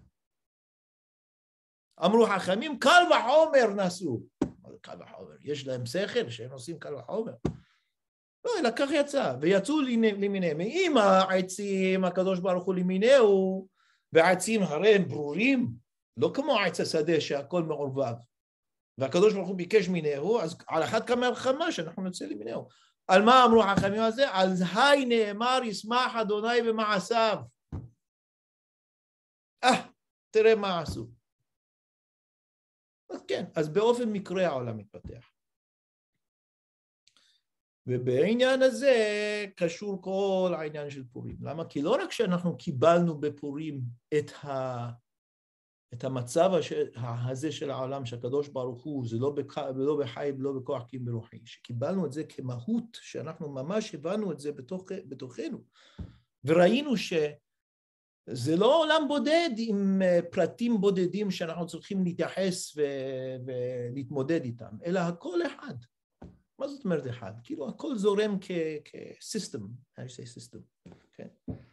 אמרו חכמים, קל וחומר נסו. קל וחומר, יש להם שכל שהם עושים קל וחומר. לא, אלא כך יצא, ויצאו למיניהם. אם העצים, הקדוש ברוך הוא למינהו, והעצים הרי הם ברורים, לא כמו עץ השדה שהכל מעורבב. והקדוש ברוך הוא ביקש מינהו, אז על אחת כמה וכמה שאנחנו נצא למינהו. על מה אמרו החכמים על זה? על היי נאמר ישמח אדוני במעשיו. אה, תראה מה עשו. אז כן, אז באופן מקרה העולם מתפתח. ובעניין הזה קשור כל העניין של פורים. למה? כי לא רק שאנחנו קיבלנו בפורים את, ה, את המצב הזה של העולם שהקדוש ברוך הוא, זה לא, בק, לא בחי ולא בכוח כי ברוחי, שקיבלנו את זה כמהות, שאנחנו ממש הבנו את זה בתוך, בתוכנו, וראינו שזה לא עולם בודד עם פרטים בודדים שאנחנו צריכים להתייחס ו, ולהתמודד איתם, אלא הכל אחד. מה זאת אומרת אחד? כאילו הכל זורם כסיסטם, אני חושב סיסטם, כן?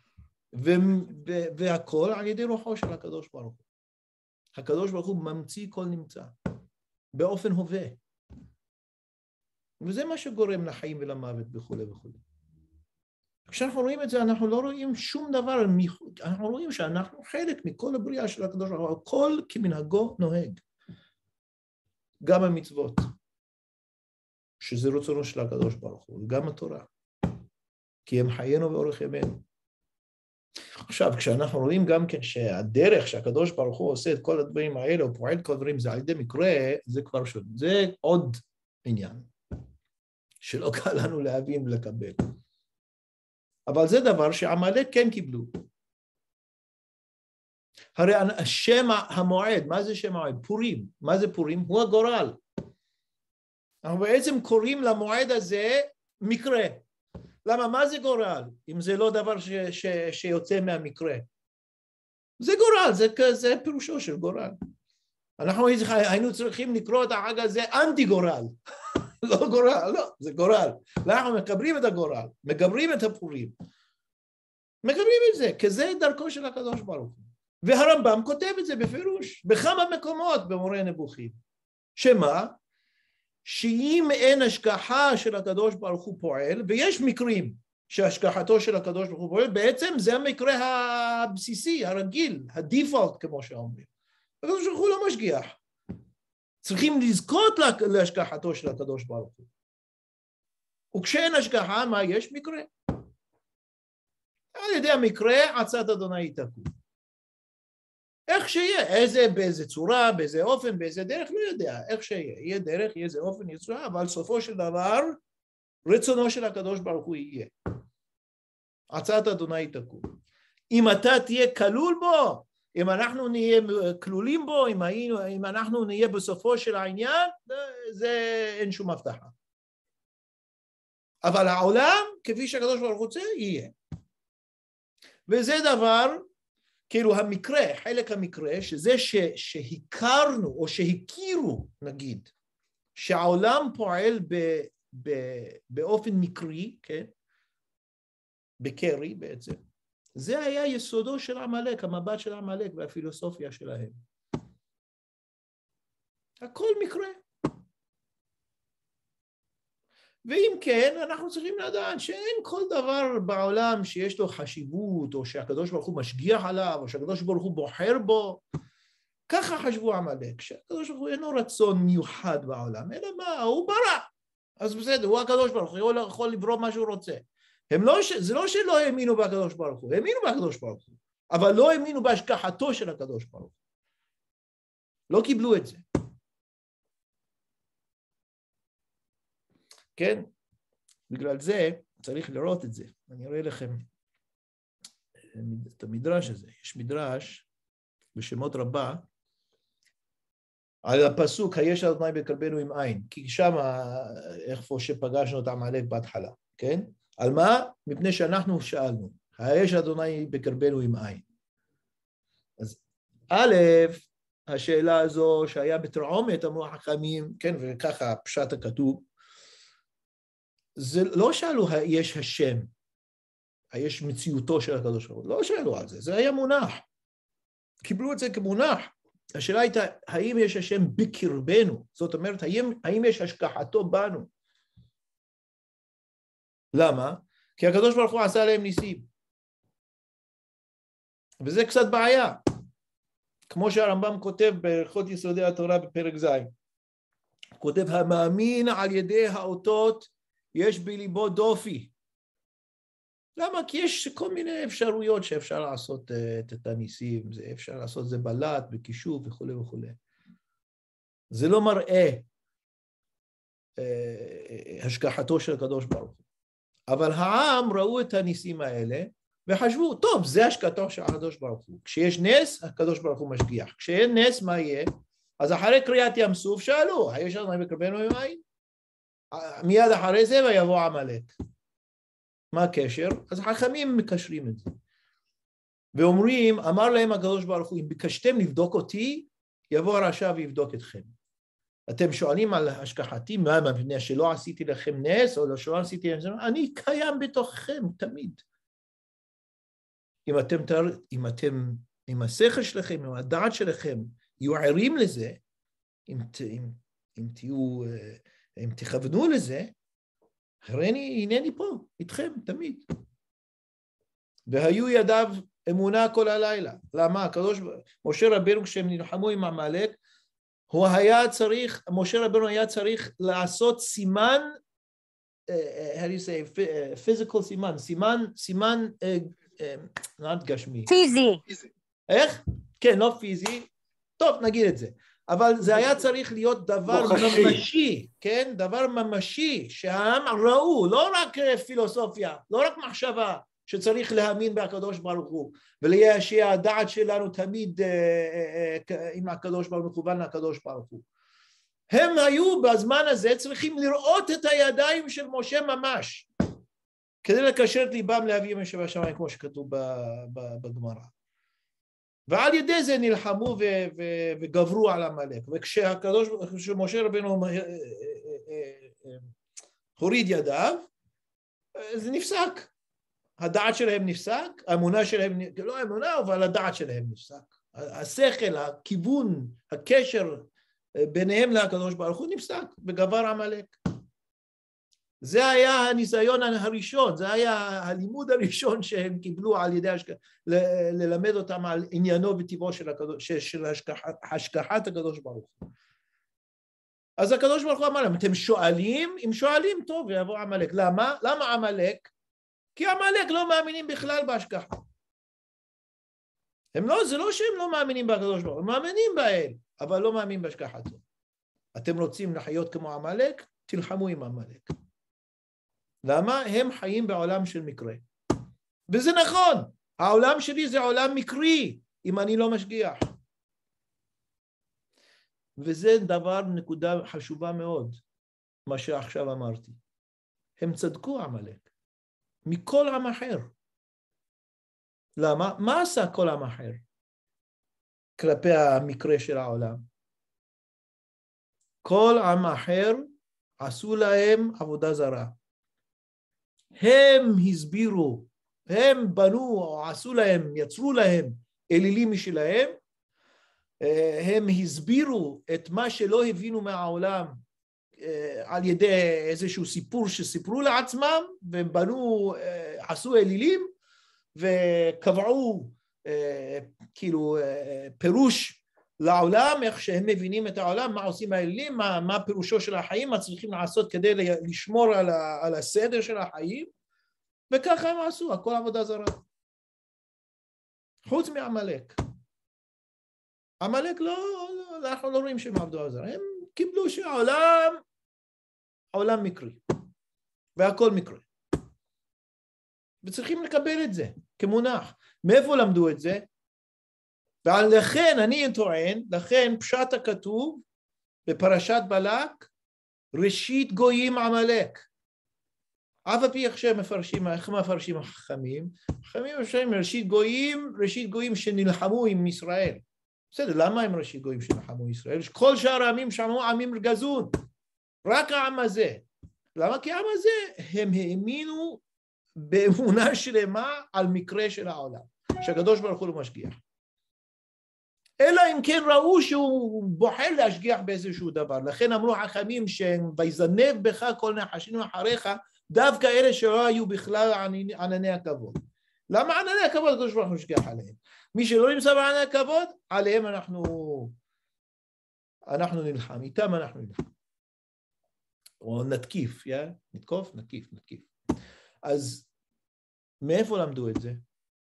והכל על ידי רוחו של הקדוש ברוך הוא. הקדוש ברוך הוא ממציא כל נמצא, באופן הווה. וזה מה שגורם לחיים ולמוות וכו' וכו'. כשאנחנו רואים את זה, אנחנו לא רואים שום דבר, אנחנו רואים שאנחנו חלק מכל הבריאה של הקדוש ברוך הוא, הכל כמנהגו נוהג. גם המצוות. שזה רצונו של הקדוש ברוך הוא, וגם התורה, כי הם חיינו ואורך ימינו. עכשיו, כשאנחנו רואים גם כן שהדרך שהקדוש ברוך הוא עושה את כל הדברים האלה, הוא פועל כל הדברים, זה על ידי מקרה, זה כבר שונה, זה עוד עניין, שלא קל לנו להבין ולקבל. אבל זה דבר שעמלק כן קיבלו. הרי השם המועד, מה זה שם המועד? פורים. מה זה פורים? הוא הגורל. אנחנו בעצם קוראים למועד הזה מקרה. למה? מה זה גורל? אם זה לא דבר ש, ש, שיוצא מהמקרה. זה גורל, זה, זה פירושו של גורל. אנחנו היינו צריכים לקרוא את החג הזה אנטי גורל. לא גורל, לא, זה גורל. אנחנו מקבלים את הגורל, מגברים את הפורים. מגברים את זה, כי זה דרכו של הקדוש ברוך הוא. והרמב"ם כותב את זה בפירוש, בכמה מקומות במורה נבוכים. שמה? שאם אין השגחה של הקדוש ברוך הוא פועל, ויש מקרים שהשגחתו של הקדוש ברוך הוא פועל, בעצם זה המקרה הבסיסי, הרגיל, הדיפולט כמו שאומרים. הקדוש ברוך הוא לא משגיח. צריכים לזכות להשגחתו של הקדוש ברוך הוא. וכשאין השגחה, מה יש? מקרה. על ידי המקרה, עצת אדוני תקום. איך שיהיה, איזה, באיזה צורה, באיזה אופן, באיזה דרך, לא יודע, איך שיהיה, יהיה דרך, יהיה איזה אופן, יהיה צורה, אבל סופו של דבר, רצונו של הקדוש ברוך הוא יהיה. עצת אדוני תקום. אם אתה תהיה כלול בו, אם אנחנו נהיה כלולים בו, אם, היינו, אם אנחנו נהיה בסופו של העניין, זה אין שום הבטחה. אבל העולם, כפי שהקדוש ברוך הוא רוצה, יהיה. וזה דבר, כאילו המקרה, חלק המקרה, שזה ש, שהכרנו או שהכירו, נגיד, שהעולם פועל ב, ב, באופן מקרי, כן? בקרי בעצם. זה היה יסודו של עמלק, המבט של עמלק והפילוסופיה שלהם. הכל מקרה. ואם כן, אנחנו צריכים לדעת שאין כל דבר בעולם שיש לו חשיבות, או שהקדוש ברוך הוא משגיח עליו, או שהקדוש ברוך הוא בוחר בו. ככה חשבו עמלק, שהקדוש ברוך הוא אינו רצון מיוחד בעולם, אלא מה, הוא ברא. אז בסדר, הוא הקדוש ברוך הוא, הוא יכול לברוא מה שהוא רוצה. הם לא, זה לא שלא האמינו בקדוש ברוך הוא, האמינו בקדוש ברוך הוא, אבל לא האמינו בהשגחתו של הקדוש ברוך הוא. לא קיבלו את זה. כן? בגלל זה צריך לראות את זה. אני אראה לכם את המדרש הזה. יש מדרש בשמות רבה על הפסוק, היש אדוני בקרבנו עם עין, כי שם איפה שפגשנו את עמלק בהתחלה, כן? על מה? מפני שאנחנו שאלנו, היש אדוני בקרבנו עם עין. אז א', השאלה הזו שהיה בתרעומת אמרו החכמים, כן, וככה פשט הכתוב, זה לא שאלו יש השם, יש מציאותו של הקדוש ברוך הוא, לא שאלו על זה, זה היה מונח. קיבלו את זה כמונח. השאלה הייתה, האם יש השם בקרבנו? זאת אומרת, האם, האם יש השגחתו בנו? למה? כי הקדוש ברוך הוא עשה להם ניסים. וזה קצת בעיה. כמו שהרמב"ם כותב בהלכות יסודי התורה בפרק ז'. כותב, המאמין על ידי האותות יש בליבו דופי. למה? כי יש כל מיני אפשרויות שאפשר לעשות את הניסים, זה אפשר לעשות זה בלט, בקישוב וכו' וכו'. זה לא מראה השגחתו של הקדוש ברוך הוא. אבל העם ראו את הניסים האלה וחשבו, טוב, זה השגחתו של הקדוש ברוך הוא. כשיש נס, הקדוש ברוך הוא משגיח. כשאין נס, מה יהיה? אז אחרי קריאת ים סוף שאלו, היש אדוני בקרבנו עם עין? מיד אחרי זה ויבוא עמלק. מה הקשר? אז החכמים מקשרים את זה. ואומרים, אמר להם הקדוש ברוך הוא, אם ביקשתם לבדוק אותי, יבוא הרשע ויבדוק אתכם. אתם שואלים על השגחתי, מה, מפני שלא עשיתי לכם נס, או שלא עשיתי לכם, אני קיים בתוככם תמיד. אם אתם, אם אתם, אם השכל שלכם, אם הדעת שלכם, יהיו ערים לזה, אם, אם, אם תהיו, אם תכוונו לזה, הריני, הנני פה, איתכם, תמיד. והיו ידיו אמונה כל הלילה. למה? הקדוש, משה רבנו, כשהם נלחמו עם עמלק, הוא היה צריך, משה רבנו היה צריך לעשות סימן, uh, how do you say, physical סימן, סימן, סימן, not גשמי. פיזי. איך? כן, לא פיזי. טוב, נגיד את זה. אבל זה היה צריך להיות דבר ממשי, כן? דבר ממשי, שהעם ראו, לא רק פילוסופיה, לא רק מחשבה, שצריך להאמין בהקדוש ברוך הוא, ולהשיע הדעת שלנו תמיד עם הקדוש ברוך הוא, מכוון לקדוש ברוך הוא. הם היו בזמן הזה צריכים לראות את הידיים של משה ממש, כדי לקשר את ליבם לאביהם שבשמיים, כמו שכתוב בגמרא. ועל ידי זה נלחמו וגברו על עמלק. וכשהקדוש, כשמשה רבנו הוריד ידיו, זה נפסק. הדעת שלהם נפסק, האמונה שלהם, לא האמונה, אבל הדעת שלהם נפסק. השכל, הכיוון, הקשר ביניהם לקדוש ברוך הוא נפסק, וגבר עמלק. זה היה הניסיון הראשון, זה היה הלימוד הראשון שהם קיבלו על ידי השגח, ללמד אותם על עניינו וטבעו של, הקדוש, של השגחת, השגחת הקדוש ברוך הוא. אז הקדוש ברוך הוא אמר להם, אתם שואלים? אם שואלים, טוב, יבוא עמלק. למה? למה עמלק? כי עמלק לא מאמינים בכלל בהשגחה. הם לא, זה לא שהם לא מאמינים בקדוש ברוך הוא, הם מאמינים באל, אבל לא מאמינים בהשגחתו. אתם רוצים לחיות כמו עמלק? תלחמו עם עמלק. למה? הם חיים בעולם של מקרה. וזה נכון, העולם שלי זה עולם מקרי, אם אני לא משגיח. וזה דבר, נקודה חשובה מאוד, מה שעכשיו אמרתי. הם צדקו עמלק, מכל עם אחר. למה? מה עשה כל עם אחר כלפי המקרה של העולם? כל עם אחר עשו להם עבודה זרה. הם הסבירו, הם בנו או עשו להם, יצרו להם אלילים משלהם, הם הסבירו את מה שלא הבינו מהעולם על ידי איזשהו סיפור שסיפרו לעצמם, והם בנו, עשו אלילים, וקבעו כאילו פירוש לעולם, איך שהם מבינים את העולם, מה עושים האלילים, מה, מה פירושו של החיים, מה צריכים לעשות כדי לשמור על, ה, על הסדר של החיים, וככה הם עשו, הכל עבודה זרה. חוץ מעמלק. עמלק לא, לא, אנחנו לא רואים שהם עבדו על זה, הם קיבלו שהעולם, העולם מקרי, והכל מקרי. וצריכים לקבל את זה כמונח. מאיפה למדו את זה? ולכן אני טוען, לכן פשט הכתוב בפרשת בלק, ראשית גויים עמלק. אף על פי איך שהם מפרשים, איך מפרשים החכמים? החכמים מפרשים ראשית גויים, ראשית גויים שנלחמו עם ישראל. בסדר, למה הם ראשית גויים שנלחמו עם ישראל? כל שאר העמים שמעו עמים גזון, רק העם הזה. למה? כי העם הזה הם האמינו באמונה שלמה על מקרה של העולם, שהקדוש ברוך הוא לא משגיח. אלא אם כן ראו שהוא בוחר להשגיח באיזשהו דבר. לכן אמרו חכמים ויזנב בך כל נחשים אחריך, דווקא אלה שלא היו בכלל ענני הכבוד. למה ענני הכבוד הקדוש ברוך הוא משגיח עליהם? מי שלא נמצא בענני הכבוד, עליהם אנחנו, אנחנו נלחם, איתם אנחנו נלחם. או נתקיף, יא? נתקוף? נתקיף, נתקיף. אז מאיפה למדו את זה?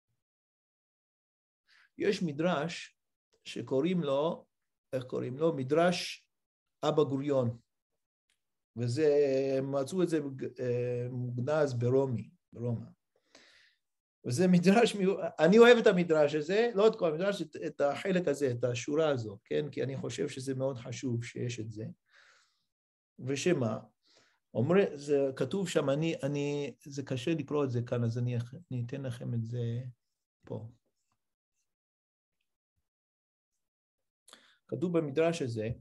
יש מדרש שקוראים לו, איך קוראים לו? מדרש אבא גוריון. וזה, מצאו את זה מוגנז ברומי, ברומא. וזה מדרש, אני אוהב את המדרש הזה, לא את כל המדרש, את, את החלק הזה, את השורה הזו, כן? כי אני חושב שזה מאוד חשוב שיש את זה. ושמה? אומר, זה כתוב שם, אני, אני, זה קשה לקרוא את זה כאן, אז אני, אני אתן לכם את זה פה. כתוב במדרש הזה,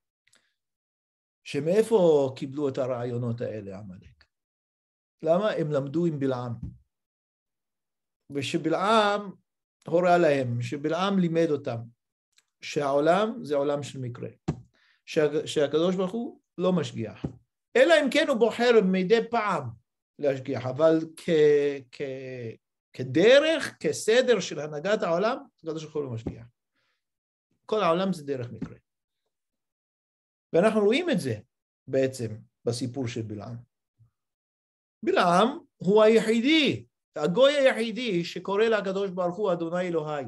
שמאיפה קיבלו את הרעיונות האלה, עמלק? למה? הם למדו עם בלעם. ושבלעם הורה להם, שבלעם לימד אותם, שהעולם זה עולם של מקרה. שה, שהקדוש ברוך הוא לא משגיח. אלא אם כן הוא בוחר מדי פעם להשגיח, אבל כ, כ, כדרך, כסדר של הנהגת העולם, הקדוש ברוך הוא לא משגיח. כל העולם זה דרך מקרה. ואנחנו רואים את זה בעצם בסיפור של בלעם. בלעם הוא היחידי, הגוי היחידי שקורא לקדוש ברוך הוא אדוני אלוהי.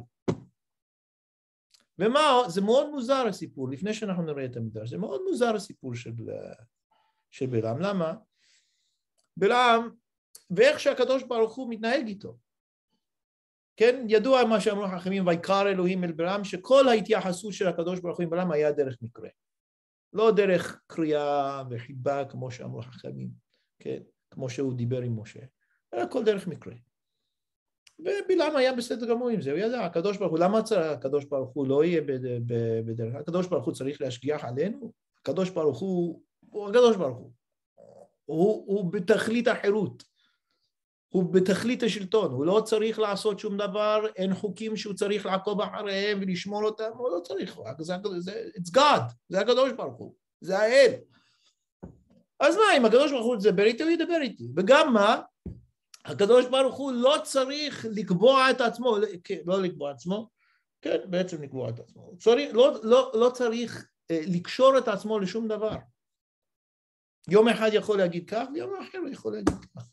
ומה, זה מאוד מוזר הסיפור, לפני שאנחנו נראה את המדרש, זה מאוד מוזר הסיפור של, של בלעם. למה? בלעם, ואיך שהקדוש ברוך הוא מתנהג איתו. כן, ידוע מה שאמרו החכמים, ויקרא אלוהים אל בלעם, שכל ההתייחסות של הקדוש ברוך הוא עם בלעם היה דרך מקרה. לא דרך קריאה וחיבה כמו שאמרו החכמים, כן, כמו שהוא דיבר עם משה, אלא כל דרך מקרה. ובלעם היה בסדר גמור עם זה, הוא ידע, הקדוש ברוך הוא, למה הקדוש ברוך הוא לא יהיה בדרך? הקדוש ברוך הוא צריך להשגיח עלינו, הקדוש ברוך הוא, הוא הקדוש ברוך הוא, הוא, הוא בתכלית החירות, הוא בתכלית השלטון, הוא לא צריך לעשות שום דבר, אין חוקים שהוא צריך לעקוב אחריהם ולשמור אותם, הוא לא צריך, זה, זה, it's God, זה הקדוש ברוך הוא, זה האל. אז מה, אם הקדוש ברוך הוא ידבר איתי, הוא ידבר איתי. וגם מה, הקדוש ברוך הוא לא צריך לקבוע את עצמו, לא לקבוע את עצמו, כן, בעצם לקבוע את עצמו. צריך, לא, לא, לא צריך לקשור את עצמו לשום דבר. יום אחד יכול להגיד כך, ויום אחר הוא יכול להגיד כך.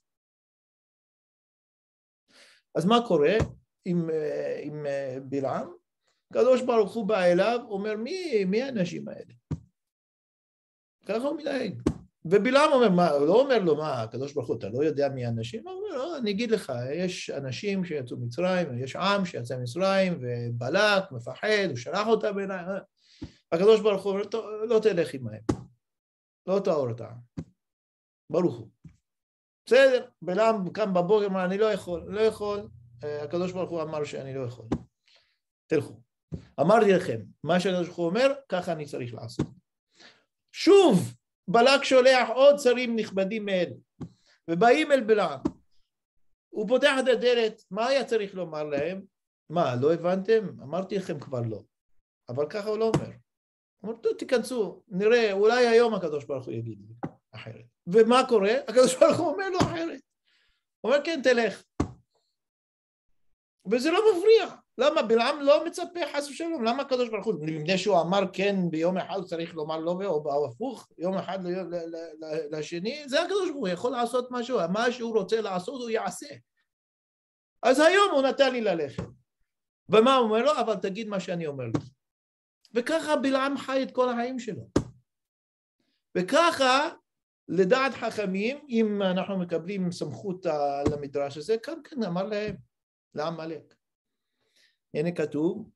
אז מה קורה עם, עם בלעם? הקדוש ברוך הוא בא אליו, אומר, מי, מי האנשים האלה? ככה הוא מנהג. ובלעם אומר, מה, הוא לא אומר לו, מה, הקדוש ברוך הוא, אתה לא יודע מי האנשים? הוא אומר, לא, אני אגיד לך, יש אנשים שיצאו מצרים, יש עם שיצא מצרים, ובלק מפחד, הוא שלח אותם אליי, הקדוש ברוך הוא אומר, לא תלך עמהם, לא תאור אותם, ברוך הוא. בסדר, בלעם קם בבוקר, אמר, אני לא יכול, לא יכול, הקדוש ברוך הוא אמר שאני לא יכול, תלכו. אמרתי לכם, מה שהקדוש ברוך הוא אומר, ככה אני צריך לעשות. שוב, בלק שולח עוד שרים נכבדים מאלה, ובאים אל בלעם. הוא פותח את הדלת, מה היה צריך לומר להם? מה, לא הבנתם? אמרתי לכם כבר לא. אבל ככה הוא לא אומר. הוא אומר, תיכנסו, נראה, אולי היום הקדוש ברוך הוא יגיד לי אחרת. ומה קורה? הקדוש ברוך הוא אומר לו אחרת. הוא אומר, כן, תלך. וזה לא מפריע. למה? בלעם לא מצפה חס ושלום. למה הקדוש ברוך הוא? לפני שהוא אמר כן ביום אחד, הוא צריך לומר לא, או הפוך, יום אחד לשני, זה הקדוש ברוך הוא יכול לעשות משהו. מה שהוא רוצה לעשות, הוא יעשה. אז היום הוא נתן לי ללכת. ומה הוא אומר לו? אבל תגיד מה שאני אומר לך. וככה בלעם חי את כל החיים שלו. וככה, לדעת חכמים, אם אנחנו מקבלים סמכות למדרש הזה, כאן כאן אמר להם, לעמלק. הנה כתוב,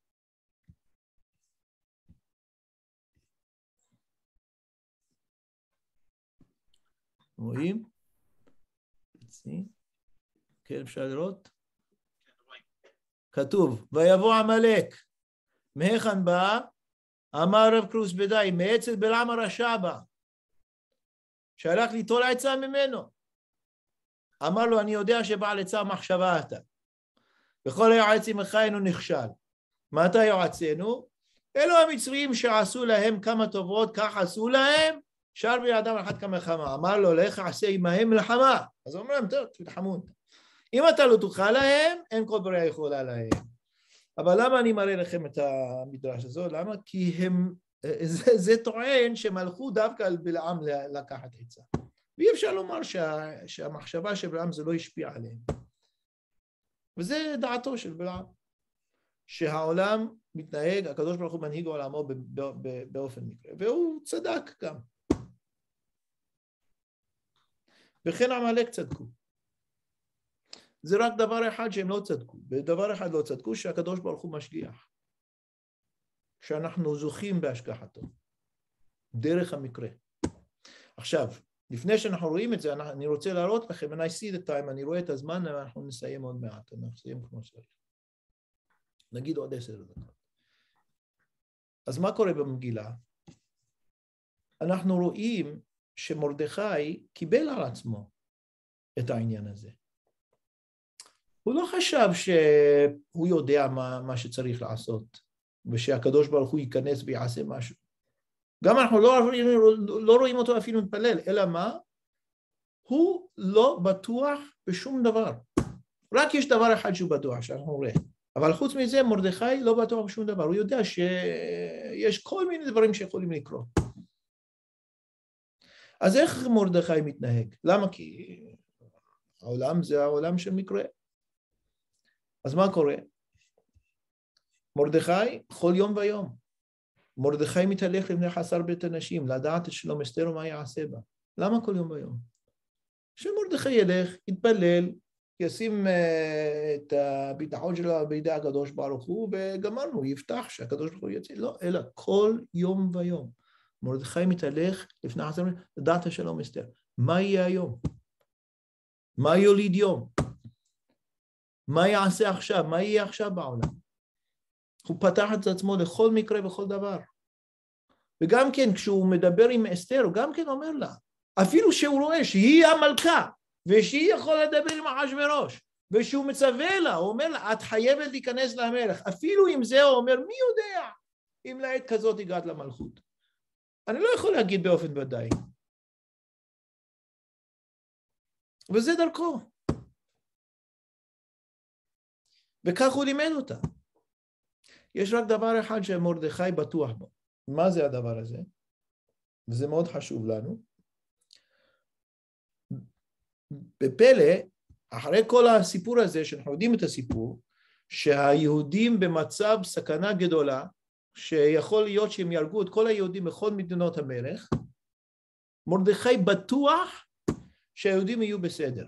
רואים? כן, אפשר לראות? כתוב, ויבוא עמלק, מהיכן בא? אמר רב קרוס בדאי, מאצל בלעם הרשע בא, שהלך ליטול עצה ממנו. אמר לו, אני יודע שבעל עצה מחשבה אתה. וכל היועץ עמך אינו נכשל. מה אתה יועצנו? אלו המצרים שעשו להם כמה טובות, כך עשו להם, שר בידם אחת כמה חמה. אמר לו, לך עשה עמהם מלחמה. אז הוא אומר להם, טוב, תלחמו. אם אתה לא תוכל להם, אין כל בריאה יכולה להם. אבל למה אני מראה לכם את המדרש הזו? למה? כי הם, זה, זה טוען שמלכו דווקא על בלעם לקחת עצה. ואי אפשר לומר שה, שהמחשבה של בלעם זה לא השפיע עליהם. וזה דעתו של בלעם. שהעולם מתנהג, הקדוש ברוך הוא מנהיג עולמו באופן מקרה. והוא צדק גם. וכן עמלק צדקו. זה רק דבר אחד שהם לא צדקו. ודבר אחד לא צדקו, שהקדוש ברוך הוא משגיח. שאנחנו זוכים בהשגחתו. דרך המקרה. עכשיו, לפני שאנחנו רואים את זה, אני רוצה להראות לכם, and I see the time, אני רואה את הזמן, ואנחנו נסיים עוד מעט, אנחנו נסיים כמו שצריך. נגיד עוד עשר דקות. אז מה קורה במגילה? אנחנו רואים שמרדכי קיבל על עצמו את העניין הזה. הוא לא חשב שהוא יודע מה, מה שצריך לעשות, ושהקדוש ברוך הוא ייכנס ויעשה משהו. גם אנחנו לא, לא רואים אותו אפילו מתפלל, אלא מה? הוא לא בטוח בשום דבר. רק יש דבר אחד שהוא בטוח, שאנחנו רואים. אבל חוץ מזה, מרדכי לא בטוח בשום דבר. הוא יודע שיש כל מיני דברים שיכולים לקרות. אז איך מרדכי מתנהג? למה? כי העולם זה העולם של מקרה. אז מה קורה? מרדכי כל יום ויום. מרדכי מתהלך לבני חסר בית הנשים, לדעת את שלום אסתר ומה יעשה בה. למה כל יום ויום? שמרדכי ילך, יתפלל, ישים את הביטחון שלו בידי הקדוש ברוך הוא, וגמרנו, יפתח שהקדוש ברוך הוא יצא. לא, אלא כל יום ויום. מרדכי מתהלך לפני חסר בית, לדעת את שלום אסתר. מה יהיה היום? מה יוליד יום? מה יעשה עכשיו? מה יהיה עכשיו בעולם? הוא פתח את עצמו לכל מקרה וכל דבר. וגם כן, כשהוא מדבר עם אסתר, הוא גם כן אומר לה, אפילו שהוא רואה שהיא המלכה, ושהיא יכולה לדבר עם אחשוורוש, ושהוא מצווה לה, הוא אומר לה, את חייבת להיכנס למלך. אפילו עם זה הוא אומר, מי יודע אם לעת כזאת הגעת למלכות? אני לא יכול להגיד באופן ודאי. וזה דרכו. וכך הוא לימד אותה. יש רק דבר אחד שמרדכי בטוח בו. מה זה הדבר הזה? וזה מאוד חשוב לנו. בפלא, אחרי כל הסיפור הזה, שאנחנו יודעים את הסיפור, שהיהודים במצב סכנה גדולה, שיכול להיות שהם ירגו את כל היהודים בכל מדינות המלך, מרדכי בטוח שהיהודים יהיו בסדר.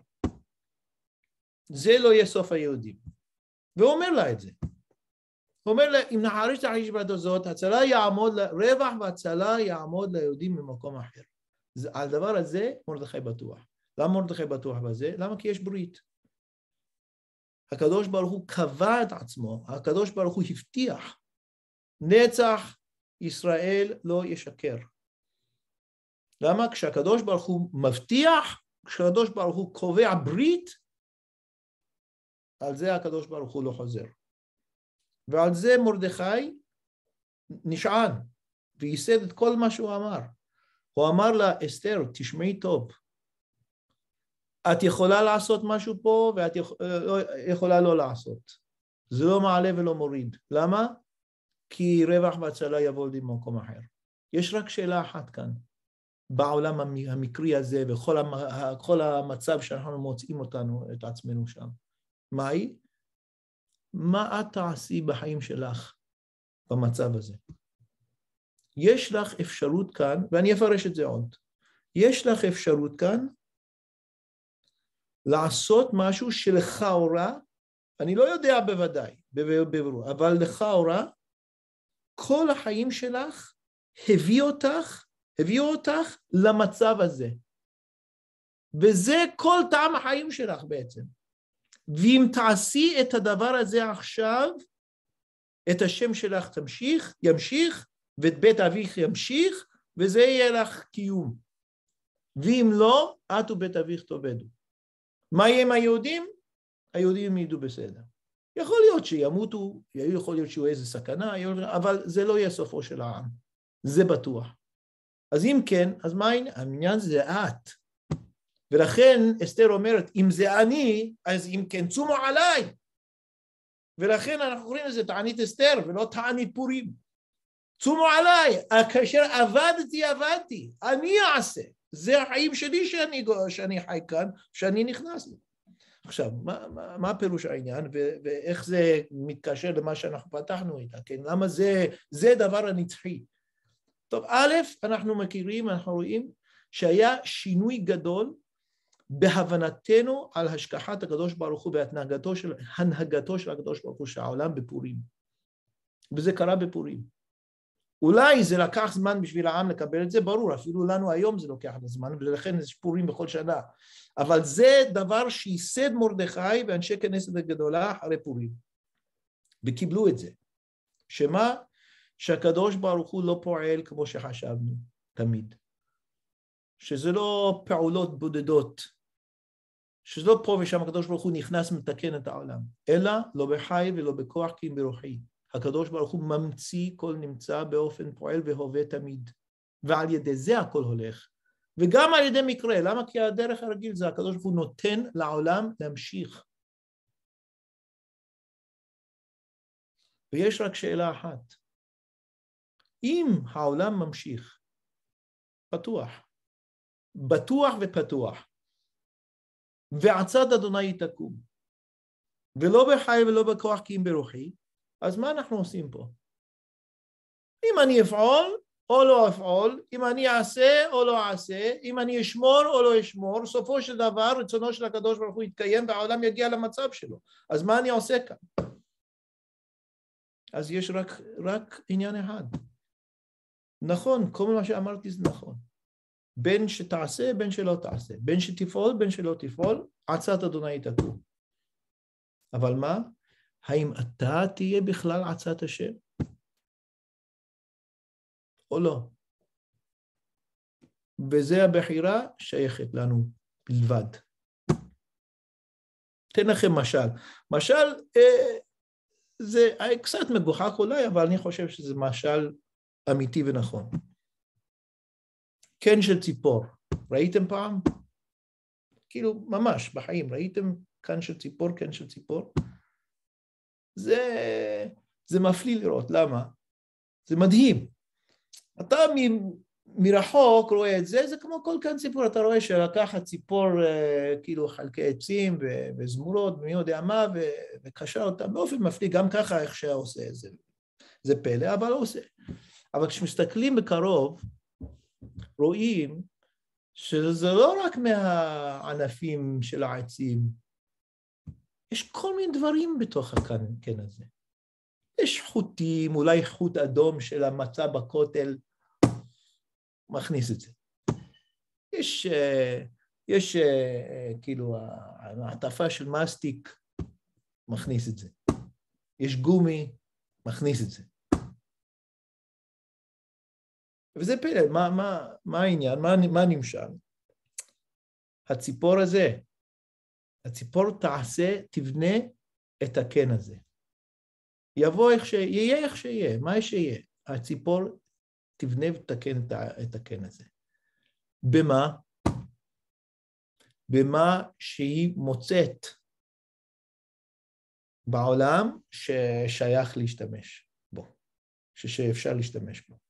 זה לא יהיה סוף היהודים. והוא אומר לה את זה. הוא אומר לה, אם נחריש את החשבת הזאת, הצלה יעמוד, רווח והצלה יעמוד ליהודים במקום אחר. על דבר הזה מרדכי בטוח. למה מרדכי בטוח בזה? למה? כי יש ברית. הקדוש ברוך הוא קבע את עצמו, הקדוש ברוך הוא הבטיח, נצח ישראל לא ישקר. למה? כשהקדוש ברוך הוא מבטיח, כשהקדוש ברוך הוא קובע ברית, על זה הקדוש ברוך הוא לא חוזר. ועל זה מרדכי נשען, וייסד את כל מה שהוא אמר. הוא אמר לה, אסתר, תשמעי טוב, את יכולה לעשות משהו פה, ואת יכולה לא לעשות. זה לא מעלה ולא מוריד. למה? כי רווח והצלה יבוא למקום אחר. יש רק שאלה אחת כאן, בעולם המקרי הזה, וכל המצב שאנחנו מוצאים אותנו, את עצמנו שם. מהי? מה את תעשי בחיים שלך במצב הזה? יש לך אפשרות כאן, ואני אפרש את זה עוד, יש לך אפשרות כאן לעשות משהו שלכאורה, אני לא יודע בוודאי, בבירור, אבל לכאורה, כל החיים שלך הביא אותך, הביאו אותך למצב הזה. וזה כל טעם החיים שלך בעצם. ואם תעשי את הדבר הזה עכשיו, את השם שלך תמשיך, ימשיך, ואת בית אביך ימשיך, וזה יהיה לך קיום. ואם לא, את ובית אביך תאבדו. מה יהיה עם היהודים? היהודים ידעו בסדר. יכול להיות שימותו, יכול להיות שהוא איזה סכנה, אבל זה לא יהיה סופו של העם. זה בטוח. אז אם כן, אז מה העניין? זה את. ולכן אסתר אומרת, אם זה אני, אז אם כן צומו עליי. ולכן אנחנו קוראים לזה תענית אסתר, ולא תענית פורים. צומו עליי, כאשר עבדתי, עבדתי, אני אעשה. זה החיים שלי שאני, שאני חי כאן, שאני נכנס לי. עכשיו, מה, מה, מה פירוש העניין, ו- ואיך זה מתקשר למה שאנחנו פתחנו איתה, כן? למה זה, זה דבר הנצחי? טוב, א', אנחנו מכירים, אנחנו רואים, שהיה שינוי גדול, בהבנתנו על השגחת הקדוש ברוך הוא והנהגתו של, הנהגתו של הקדוש ברוך הוא של העולם בפורים. וזה קרה בפורים. אולי זה לקח זמן בשביל העם לקבל את זה, ברור, אפילו לנו היום זה לוקח את הזמן, ולכן יש פורים בכל שנה. אבל זה דבר שייסד מרדכי ואנשי כנסת הגדולה אחרי פורים. וקיבלו את זה. שמה? שהקדוש ברוך הוא לא פועל כמו שחשבנו, תמיד. שזה לא פעולות בודדות. שזה לא פה ושם הקדוש ברוך הוא נכנס ומתקן את העולם. אלא לא בחי ולא בכוח כי אם ברוחי. הקדוש ברוך הוא ממציא כל נמצא באופן פועל והווה תמיד. ועל ידי זה הכל הולך. וגם על ידי מקרה. למה? כי הדרך הרגיל זה הקדוש ברוך הוא נותן לעולם להמשיך. ויש רק שאלה אחת. אם העולם ממשיך, פתוח, בטוח ופתוח, ועצת אדוני תקום, ולא בחי ולא בכוח כי אם ברוחי, אז מה אנחנו עושים פה? אם אני אפעול או לא אפעול, אם אני אעשה או לא אעשה, אם אני אשמור או לא אשמור, סופו של דבר רצונו של הקדוש ברוך הוא יתקיים והעולם יגיע למצב שלו. אז מה אני עושה כאן? אז יש רק, רק עניין אחד. נכון, כל מה שאמרתי זה נכון. בין שתעשה, בין שלא תעשה. בין שתפעול, בין שלא תפעול, עצת אדוני תקום. אבל מה? האם אתה תהיה בכלל עצת השם? או לא? וזה הבחירה שייכת לנו בלבד. תן לכם משל. משל, אה, זה קצת מגוחך אולי, אבל אני חושב שזה משל אמיתי ונכון. קן של ציפור. ראיתם פעם? כאילו, ממש, בחיים. ראיתם קן של ציפור, קן של ציפור? זה, זה מפליא לראות. למה? זה מדהים. אתה מ, מרחוק רואה את זה, זה כמו כל קן ציפור. אתה רואה שלקח ציפור, כאילו, חלקי עצים ו, וזמורות, ומי יודע מה, ו, וקשר אותה באופן מפליא, גם ככה איך שעושה את זה. זה פלא, אבל לא עושה. אבל כשמסתכלים בקרוב, רואים שזה לא רק מהענפים של העצים, יש כל מיני דברים בתוך הקן הזה. יש חוטים, אולי חוט אדום של המצה בכותל, מכניס את זה. יש, יש כאילו, העטפה של מסטיק, מכניס את זה. יש גומי, מכניס את זה. וזה פלא, מה, מה, מה העניין? מה, מה נמשל? הציפור הזה, הציפור תעשה, תבנה את הקן הזה. יבוא איך שיהיה, יהיה איך שיהיה, מה שיהיה. הציפור תבנה ותקן את הקן הזה. במה? במה שהיא מוצאת בעולם ששייך להשתמש בו, שאפשר להשתמש בו.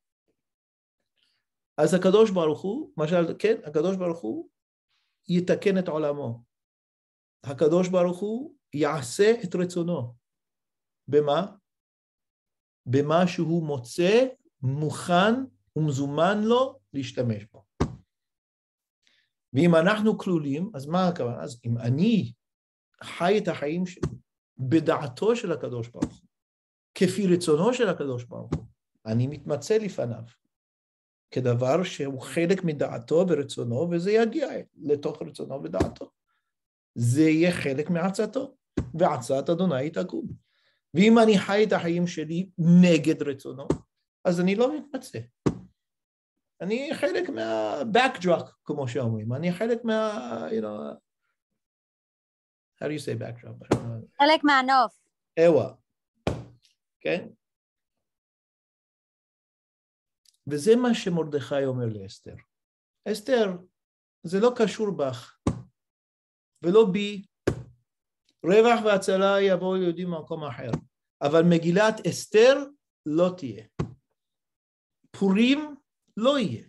אז הקדוש ברוך הוא, משל, כן, הקדוש ברוך הוא יתקן את עולמו. הקדוש ברוך הוא יעשה את רצונו. במה? במה שהוא מוצא, מוכן ומזומן לו להשתמש בו. ואם אנחנו כלולים, אז מה הכוונה? אז אם אני חי את החיים שלי בדעתו של הקדוש ברוך הוא, כפי רצונו של הקדוש ברוך הוא, אני מתמצא לפניו, כדבר שהוא חלק מדעתו ורצונו, וזה יגיע לתוך רצונו ודעתו. זה יהיה חלק מעצתו, ועצת אדוני תקום. ואם אני חי את החיים שלי נגד רצונו, אז אני לא מתמצא. אני חלק מה-backdrop, כמו שאומרים. אני חלק מה, you know, how do you say backdrop? חלק מהנוף. איווה, כן? וזה מה שמרדכי אומר לאסתר. אסתר, זה לא קשור בך, ולא בי. רווח והצלה יבואו ליהודים במקום אחר. אבל מגילת אסתר לא תהיה. פורים לא יהיה.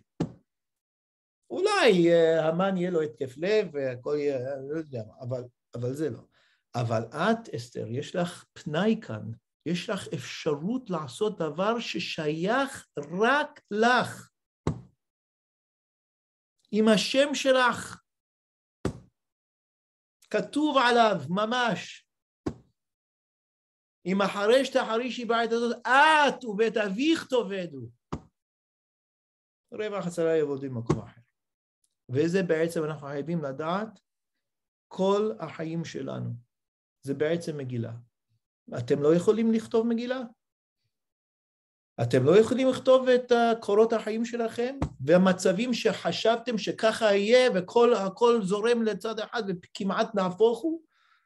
אולי המן יהיה לו התקף לב, והכל יהיה, לא יודע, אבל, אבל זה לא. אבל את, אסתר, יש לך פנאי כאן, יש לך אפשרות לעשות דבר ששייך רק לך. עם השם שלך, כתוב עליו ממש, אם אחרי שתחרישי בעת הזאת, את ובית אביך תאבדו. רווח הצלה יעבדו במקום אחר. וזה בעצם אנחנו חייבים לדעת, כל החיים שלנו, זה בעצם מגילה. אתם לא יכולים לכתוב מגילה? אתם לא יכולים לכתוב את קורות החיים שלכם, והמצבים שחשבתם שככה יהיה, וכל הכל זורם לצד אחד, וכמעט נהפוך הוא?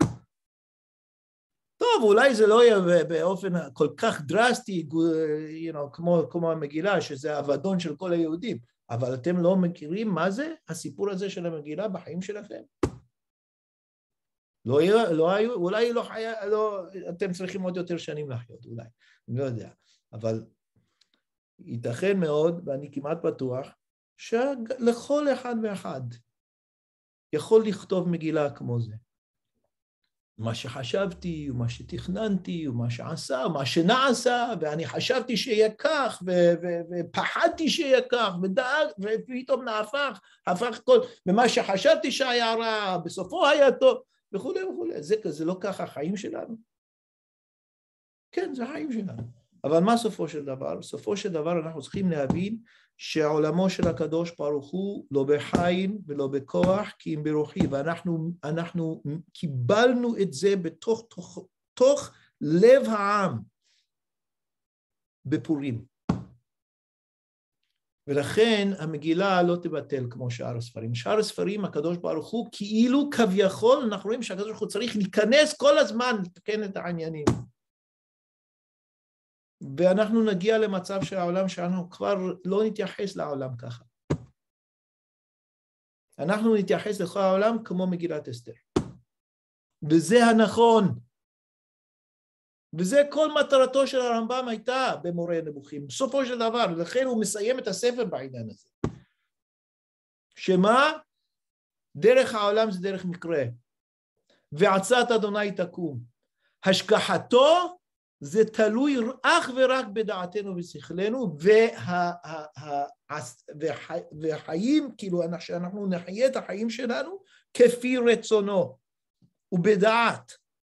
טוב, אולי זה לא יהיה באופן כל כך דרסטי, you know, כמו, כמו המגילה, שזה האבדון של כל היהודים, אבל אתם לא מכירים מה זה הסיפור הזה של המגילה בחיים שלכם? לא, לא היו, אולי לא חיה, לא, אתם צריכים עוד יותר שנים לחיות, אולי, אני לא יודע, אבל ייתכן מאוד, ואני כמעט בטוח, שלכל אחד ואחד יכול לכתוב מגילה כמו זה. מה שחשבתי, ומה שתכננתי, ומה שעשה, ומה שנעשה, ואני חשבתי שיהיה כך, ו- ו- ופחדתי שיהיה כך, ודאג, ופתאום נהפך, הפך כל, ומה שחשבתי שהיה רע, בסופו היה טוב, וכו' וכו'. זה, זה לא ככה החיים שלנו? כן, זה החיים שלנו. אבל מה סופו של דבר? סופו של דבר אנחנו צריכים להבין שהעולמו של הקדוש ברוך הוא לא בחיים ולא בכוח, כי אם ברוחי, ואנחנו אנחנו קיבלנו את זה בתוך תוך, תוך לב העם בפורים. ולכן המגילה לא תבטל כמו שאר הספרים. שאר הספרים הקדוש ברוך הוא כאילו כביכול, אנחנו רואים שהקדוש ברוך הוא צריך להיכנס כל הזמן לתקן את העניינים. ואנחנו נגיע למצב של העולם שאנחנו כבר לא נתייחס לעולם ככה. אנחנו נתייחס לכל העולם כמו מגילת אסתר. וזה הנכון. וזה כל מטרתו של הרמב"ם הייתה במורה נבוכים. בסופו של דבר, לכן הוא מסיים את הספר בעניין הזה. שמה? דרך העולם זה דרך מקרה. ועצת אדוני תקום. השגחתו זה תלוי אך ורק בדעתנו ושכלנו, והחיים, כאילו שאנחנו נחיה את החיים שלנו כפי רצונו ובדעת.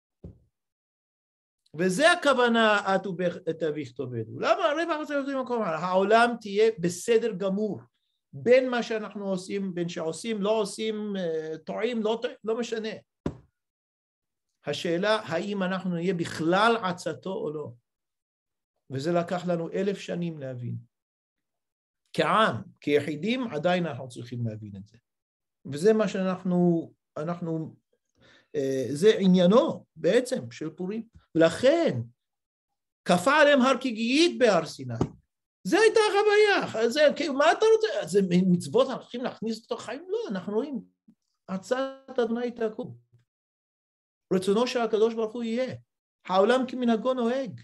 וזה הכוונה את ובתביך תאבדו. למה? הרי אנחנו יודעים מקום, העולם תהיה בסדר גמור, בין מה שאנחנו עושים, בין שעושים, לא עושים, טועים, לא, לא משנה. השאלה האם אנחנו נהיה בכלל עצתו או לא. וזה לקח לנו אלף שנים להבין. כעם, כיחידים, עדיין אנחנו צריכים להבין את זה. וזה מה שאנחנו, אנחנו, זה עניינו בעצם של פורים. ולכן, כפה עליהם הר כגיגית בהר סיני. זה הייתה החוויה. זה, מה אתה רוצה? זה מצוות אנחנו צריכים להכניס לתוך חיים? לא, אנחנו רואים, עצת אדוני תקום. רצונו של הקדוש ברוך הוא יהיה. העולם כמנהגו נוהג.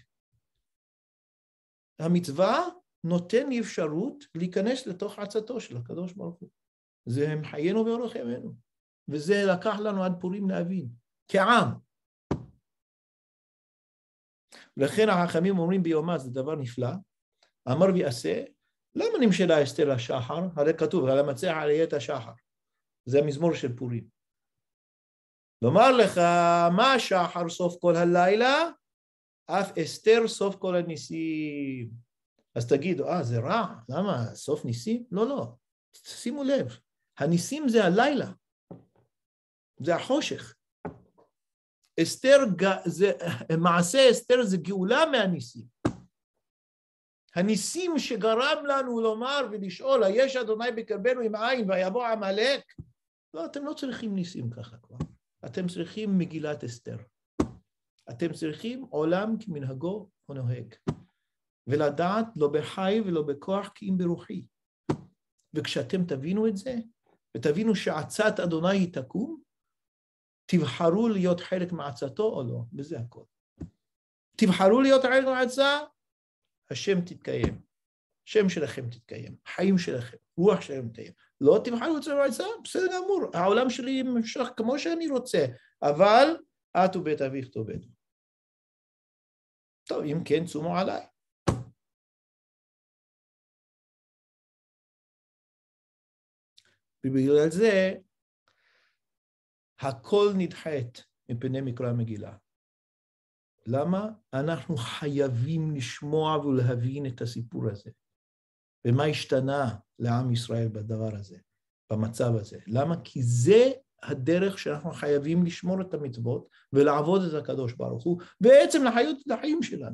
המצווה נותן לי אפשרות להיכנס לתוך עצתו של הקדוש ברוך הוא. זה הם חיינו ואורך ימינו. וזה לקח לנו עד פורים להבין. כעם. ולכן החכמים אומרים ביומה, זה דבר נפלא. אמר ויעשה, למה נמשלה אסתר לשחר? הרי כתוב, על המצח עליית השחר. זה המזמור של פורים. לומר לך, מה השחר סוף כל הלילה? אף אסתר סוף כל הניסים. אז תגידו, אה, זה רע, למה? סוף ניסים? לא, לא. שימו לב, הניסים זה הלילה. זה החושך. אסתר, זה, מעשה אסתר זה גאולה מהניסים. הניסים שגרם לנו לומר ולשאול, היש אדוני בקרבנו עם עין ויבוא עמלק? לא, אתם לא צריכים ניסים ככה כבר. אתם צריכים מגילת אסתר. אתם צריכים עולם כמנהגו ונוהג. ולדעת לא בחי ולא בכוח כי אם ברוחי. וכשאתם תבינו את זה, ותבינו שעצת אדוני היא תקום, תבחרו להיות חלק מעצתו או לא, וזה הכל. תבחרו להיות חלק מעצה, השם תתקיים. שם שלכם תתקיים, חיים שלכם, רוח שלכם תתקיים. לא תבחרו את זה מעצה, בסדר גמור, העולם שלי ימשך כמו שאני רוצה, אבל את ובית אביך תאבדו. טוב, אם כן, צומו עליי. ובגלל זה, הכל נדחת מפני מקרא המגילה. למה? אנחנו חייבים לשמוע ולהבין את הסיפור הזה. ומה השתנה לעם ישראל בדבר הזה, במצב הזה? למה? כי זה הדרך שאנחנו חייבים לשמור את המצוות ולעבוד את הקדוש ברוך הוא, בעצם לחיות את החיים שלנו.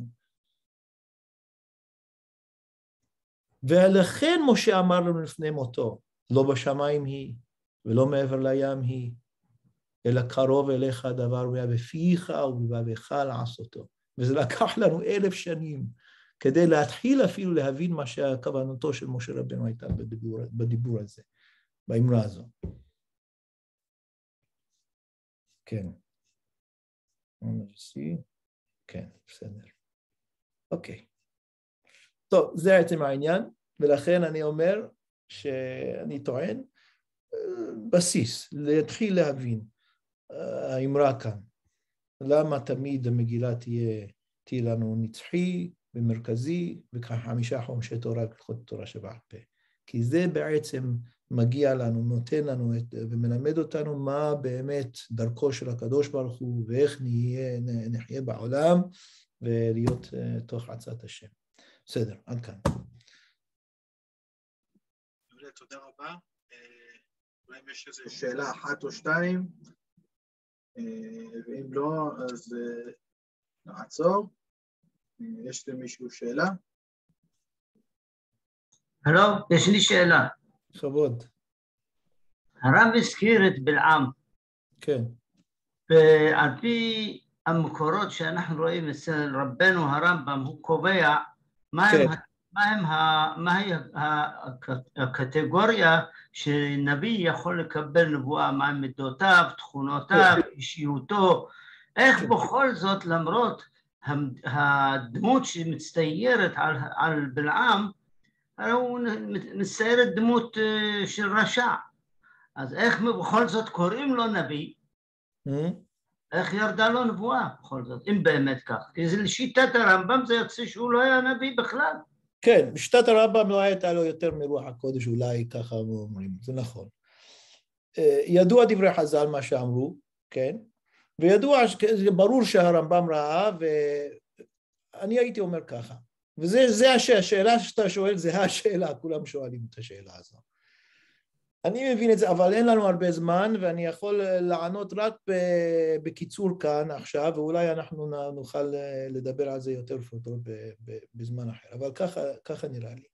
ולכן משה אמר לנו לפני מותו, לא בשמיים היא ולא מעבר לים היא, אלא קרוב אליך הדבר והיה בפיך ובבבך לעשותו. וזה לקח לנו אלף שנים, כדי להתחיל אפילו להבין מה שהכוונתו של משה רבנו הייתה בדיבור, בדיבור הזה, באמרה הזו. כן. כן, בסדר. אוקיי. טוב, זה בעצם העניין, ולכן אני אומר שאני טוען, בסיס, להתחיל להבין, האמרה כאן, למה תמיד המגילה תהיה, תהיה לנו נצחי ומרכזי, וכחמישה חומשי תורה, כלכות תורה שבעל פה. כי זה בעצם מגיע לנו, נותן לנו את, ומלמד אותנו מה באמת דרכו של הקדוש ברוך הוא, ואיך נחיה, נחיה בעולם, ולהיות uh, תוך עצת השם. בסדר, עד כאן. תודה רבה. אולי אם יש איזו שאלה אחת או שתיים, ואם לא, אז נעצור. יש למישהו שאלה? הלו, יש לי שאלה. כבוד. הרב הזכיר את בלעם. כן. ועל פי המקורות שאנחנו רואים אצל רבנו הרמב"ם, הוא קובע מהם, כן. מהם ה, מהי הקטגוריה שנביא יכול לקבל נבואה, מהם מידותיו, תכונותיו, כן. אישיותו, איך כן. בכל זאת למרות הדמות שמצטיירת על, על בלעם, הרי הוא מצטיירת דמות של רשע, אז איך בכל זאת קוראים לו נביא? איך ירדה לו נבואה בכל זאת, אם באמת כך? כי זה לשיטת הרמב"ם זה יוצא שהוא לא היה נביא בכלל. כן, בשיטת הרמב"ם לא הייתה לו יותר מרוח הקודש, אולי ככה אומרים, זה נכון. ידוע דברי חז"ל מה שאמרו, כן? וידוע, זה ברור שהרמב"ם ראה, ואני הייתי אומר ככה. וזה השאלה שאתה שואל, זה השאלה, כולם שואלים את השאלה הזו. אני מבין את זה, אבל אין לנו הרבה זמן, ואני יכול לענות רק בקיצור כאן עכשיו, ואולי אנחנו נוכל לדבר על זה יותר ויותר בזמן אחר, אבל ככה, ככה נראה לי.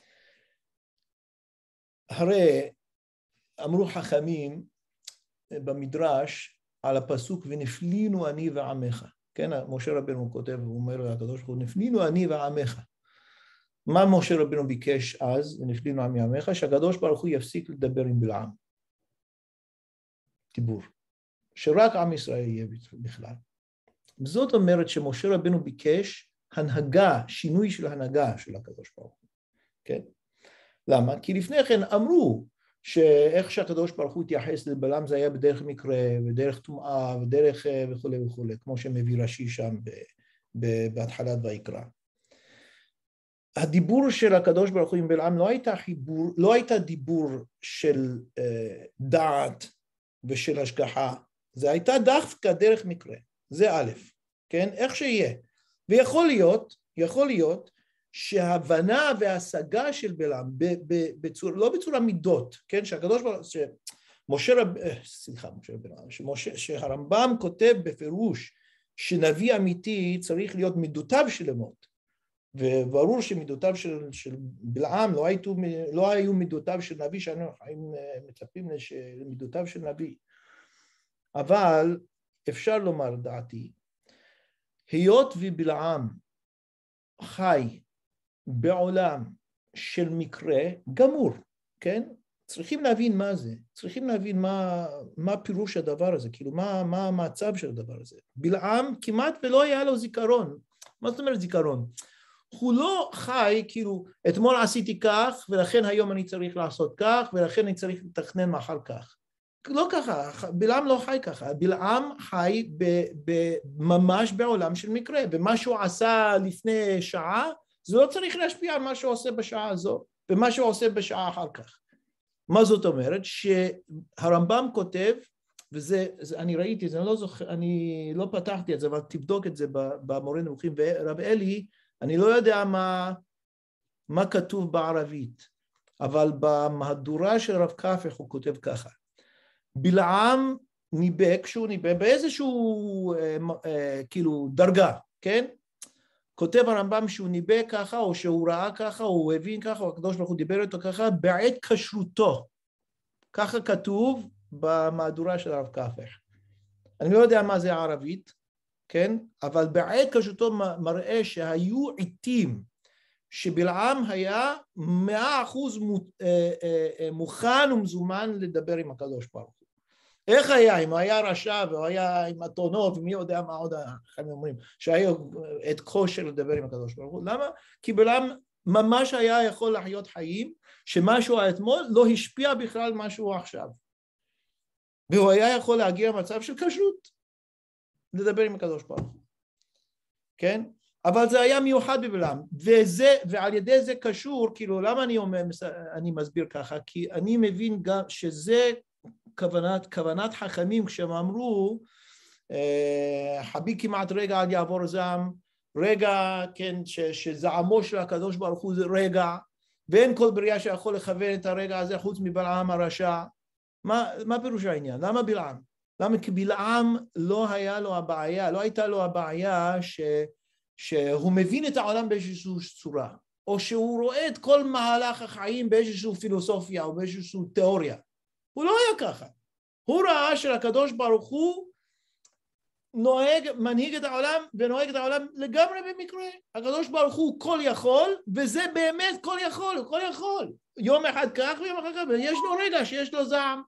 הרי אמרו חכמים במדרש על הפסוק, ונפלינו אני ועמך. כן, משה רבנו כותב, הוא אומר לקדוש ברוך הוא, נפלינו אני ועמך. מה משה רבנו ביקש אז, ונפלינו אני ועמך, שהקדוש ברוך הוא יפסיק לדבר עם בלעם. דיבור. שרק עם ישראל יהיה בכלל. זאת אומרת שמשה רבנו ביקש הנהגה, שינוי של הנהגה של הקדוש ברוך הוא. כן? למה? כי לפני כן אמרו, שאיך שהקדוש ברוך הוא התייחס לבלעם זה היה בדרך מקרה, בדרך טומאה, בדרך וכו' וכו', כמו שמביא רש"י שם בהתחלת ויקרא. הדיבור של הקדוש ברוך הוא עם בלעם לא הייתה חיבור, לא הייתה דיבור של דעת ושל השגחה, זה הייתה דווקא דרך מקרה, זה א', כן? איך שיהיה. ויכול להיות, יכול להיות, שההבנה וההשגה של בלעם, בצורה, לא בצורה מידות, כן, שהקדוש ברוך הוא, שמשה רב, סליחה, משה רבנו, שמשה, שהרמב"ם כותב בפירוש שנביא אמיתי צריך להיות מידותיו שלמות, וברור שמידותיו של, של בלעם לא היו, לא היו מידותיו של נביא, שאנחנו מצפים למידותיו של נביא, אבל אפשר לומר דעתי, היות ובלעם חי בעולם של מקרה גמור, כן? צריכים להבין מה זה, צריכים להבין מה, מה פירוש הדבר הזה, כאילו מה, מה המצב של הדבר הזה. בלעם כמעט ולא היה לו זיכרון. מה זאת אומרת זיכרון? הוא לא חי כאילו, אתמול עשיתי כך, ולכן היום אני צריך לעשות כך, ולכן אני צריך לתכנן מחר כך. לא ככה, בלעם לא חי ככה, בלעם חי ב, ב, ממש בעולם של מקרה, ומה שהוא עשה לפני שעה, זה לא צריך להשפיע על מה שהוא עושה בשעה הזו, ומה שהוא עושה בשעה אחר כך. מה זאת אומרת? שהרמב"ם כותב, וזה, זה, אני ראיתי, זה, אני, לא זוכר, אני לא פתחתי את זה, אבל תבדוק את זה במורה נבוכים, ורב אלי, אני לא יודע מה, מה כתוב בערבית, אבל במהדורה של רב כפך הוא כותב ככה, בלעם ניבא, כשהוא ניבא, באיזשהו אה, אה, כאילו דרגה, כן? כותב הרמב"ם שהוא ניבא ככה, או שהוא ראה ככה, או הוא הבין ככה, או הקדוש ברוך הוא דיבר איתו ככה, בעת כשרותו. ככה כתוב במהדורה של הרב כפך. אני לא יודע מה זה הערבית, כן? אבל בעת כשרותו מראה שהיו עיתים שבלעם היה מאה אחוז מוכן ומזומן לדבר עם הקדוש ברוך הוא. איך היה? אם הוא היה רשע והוא היה עם אתונו ומי יודע מה עוד אנחנו אומרים, שהיה את כושר לדבר עם הקדוש ברוך הוא. למה? כי בלעם ממש היה יכול לחיות חיים שמשהו אתמול לא השפיע בכלל משהו עכשיו. והוא היה יכול להגיע למצב של כשרות לדבר עם הקדוש ברוך הוא. כן? אבל זה היה מיוחד בבלעם, וזה, ועל ידי זה קשור, כאילו, למה אני אומר, אני מסביר ככה? כי אני מבין גם שזה כוונת, כוונת חכמים, כשהם אמרו, חבי כמעט רגע עד יעבור זעם, רגע, כן, ש, שזעמו של הקדוש ברוך הוא זה רגע, ואין כל בריאה שיכול לכוון את הרגע הזה חוץ מבלעם הרשע. מה, מה פירוש העניין? למה בלעם? למה? כי בלעם לא היה לו הבעיה, לא הייתה לו הבעיה ש... שהוא מבין את העולם באיזושהי צורה, או שהוא רואה את כל מהלך החיים באיזושהי פילוסופיה או באיזושהי תיאוריה. הוא לא היה ככה. הוא ראה שהקדוש ברוך הוא נוהג, מנהיג את העולם ונוהג את העולם לגמרי במקרה. הקדוש ברוך הוא כל יכול, וזה באמת כל יכול, הוא כל יכול. יום אחד כך ויום אחד כך, ויש לו רגע שיש לו זעם.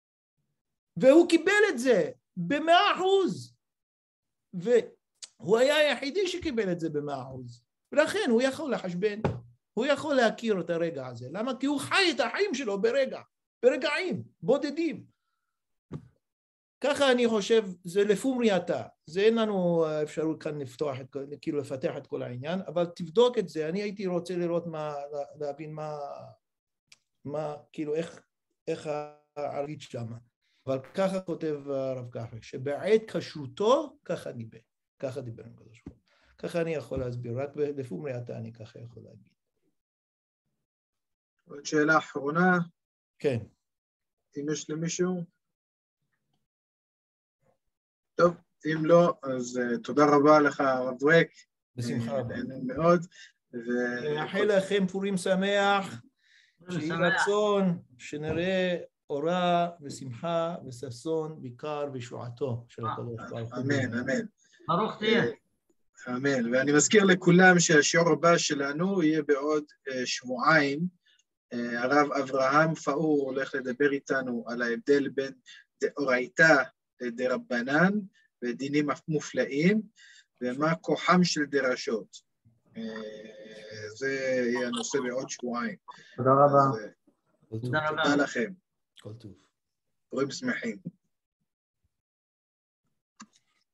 והוא קיבל את זה במאה אחוז. ו... הוא היה היחידי שקיבל את זה במאה אחוז, ולכן הוא יכול לחשבן, הוא יכול להכיר את הרגע הזה. למה? כי הוא חי את החיים שלו ברגע, ברגעים, בודדים. ככה אני חושב, זה לפום ראייתה, זה אין לנו אפשרות כאן לפתוח, את, כאילו לפתח את כל העניין, אבל תבדוק את זה, אני הייתי רוצה לראות מה, להבין מה, מה, כאילו איך, איך הערבית שמה, אבל ככה כותב הרב ככה, שבעת כשרותו ככה דיבר, ככה דיבר עם הקדוש ברוך הוא. ככה אני יכול להסביר, רק לפום ראייתה אני ככה יכול להגיד. עוד שאלה אחרונה. כן. אם יש למישהו? טוב, אם לא, אז uh, תודה רבה לך, הרב דואק. בשמחה רבה. נהנה מאוד. מאחל לכם פורים שמח, שיהי רצון, שנראה אורה ושמחה וששון בעיקר וישועתו של הקדוש ברוך הוא. אמן, אמן. ברוך תהיה. אמן. ואני מזכיר לכולם שהשיעור הבא שלנו יהיה בעוד שבועיים. הרב אברהם פאור הולך לדבר איתנו על ההבדל בין דאורייתא לדרבנן ודינים מופלאים, ומה כוחם של דרשות. זה יהיה הנושא בעוד שבועיים. תודה רבה. תודה לכם. כל טוב. פורים שמחים.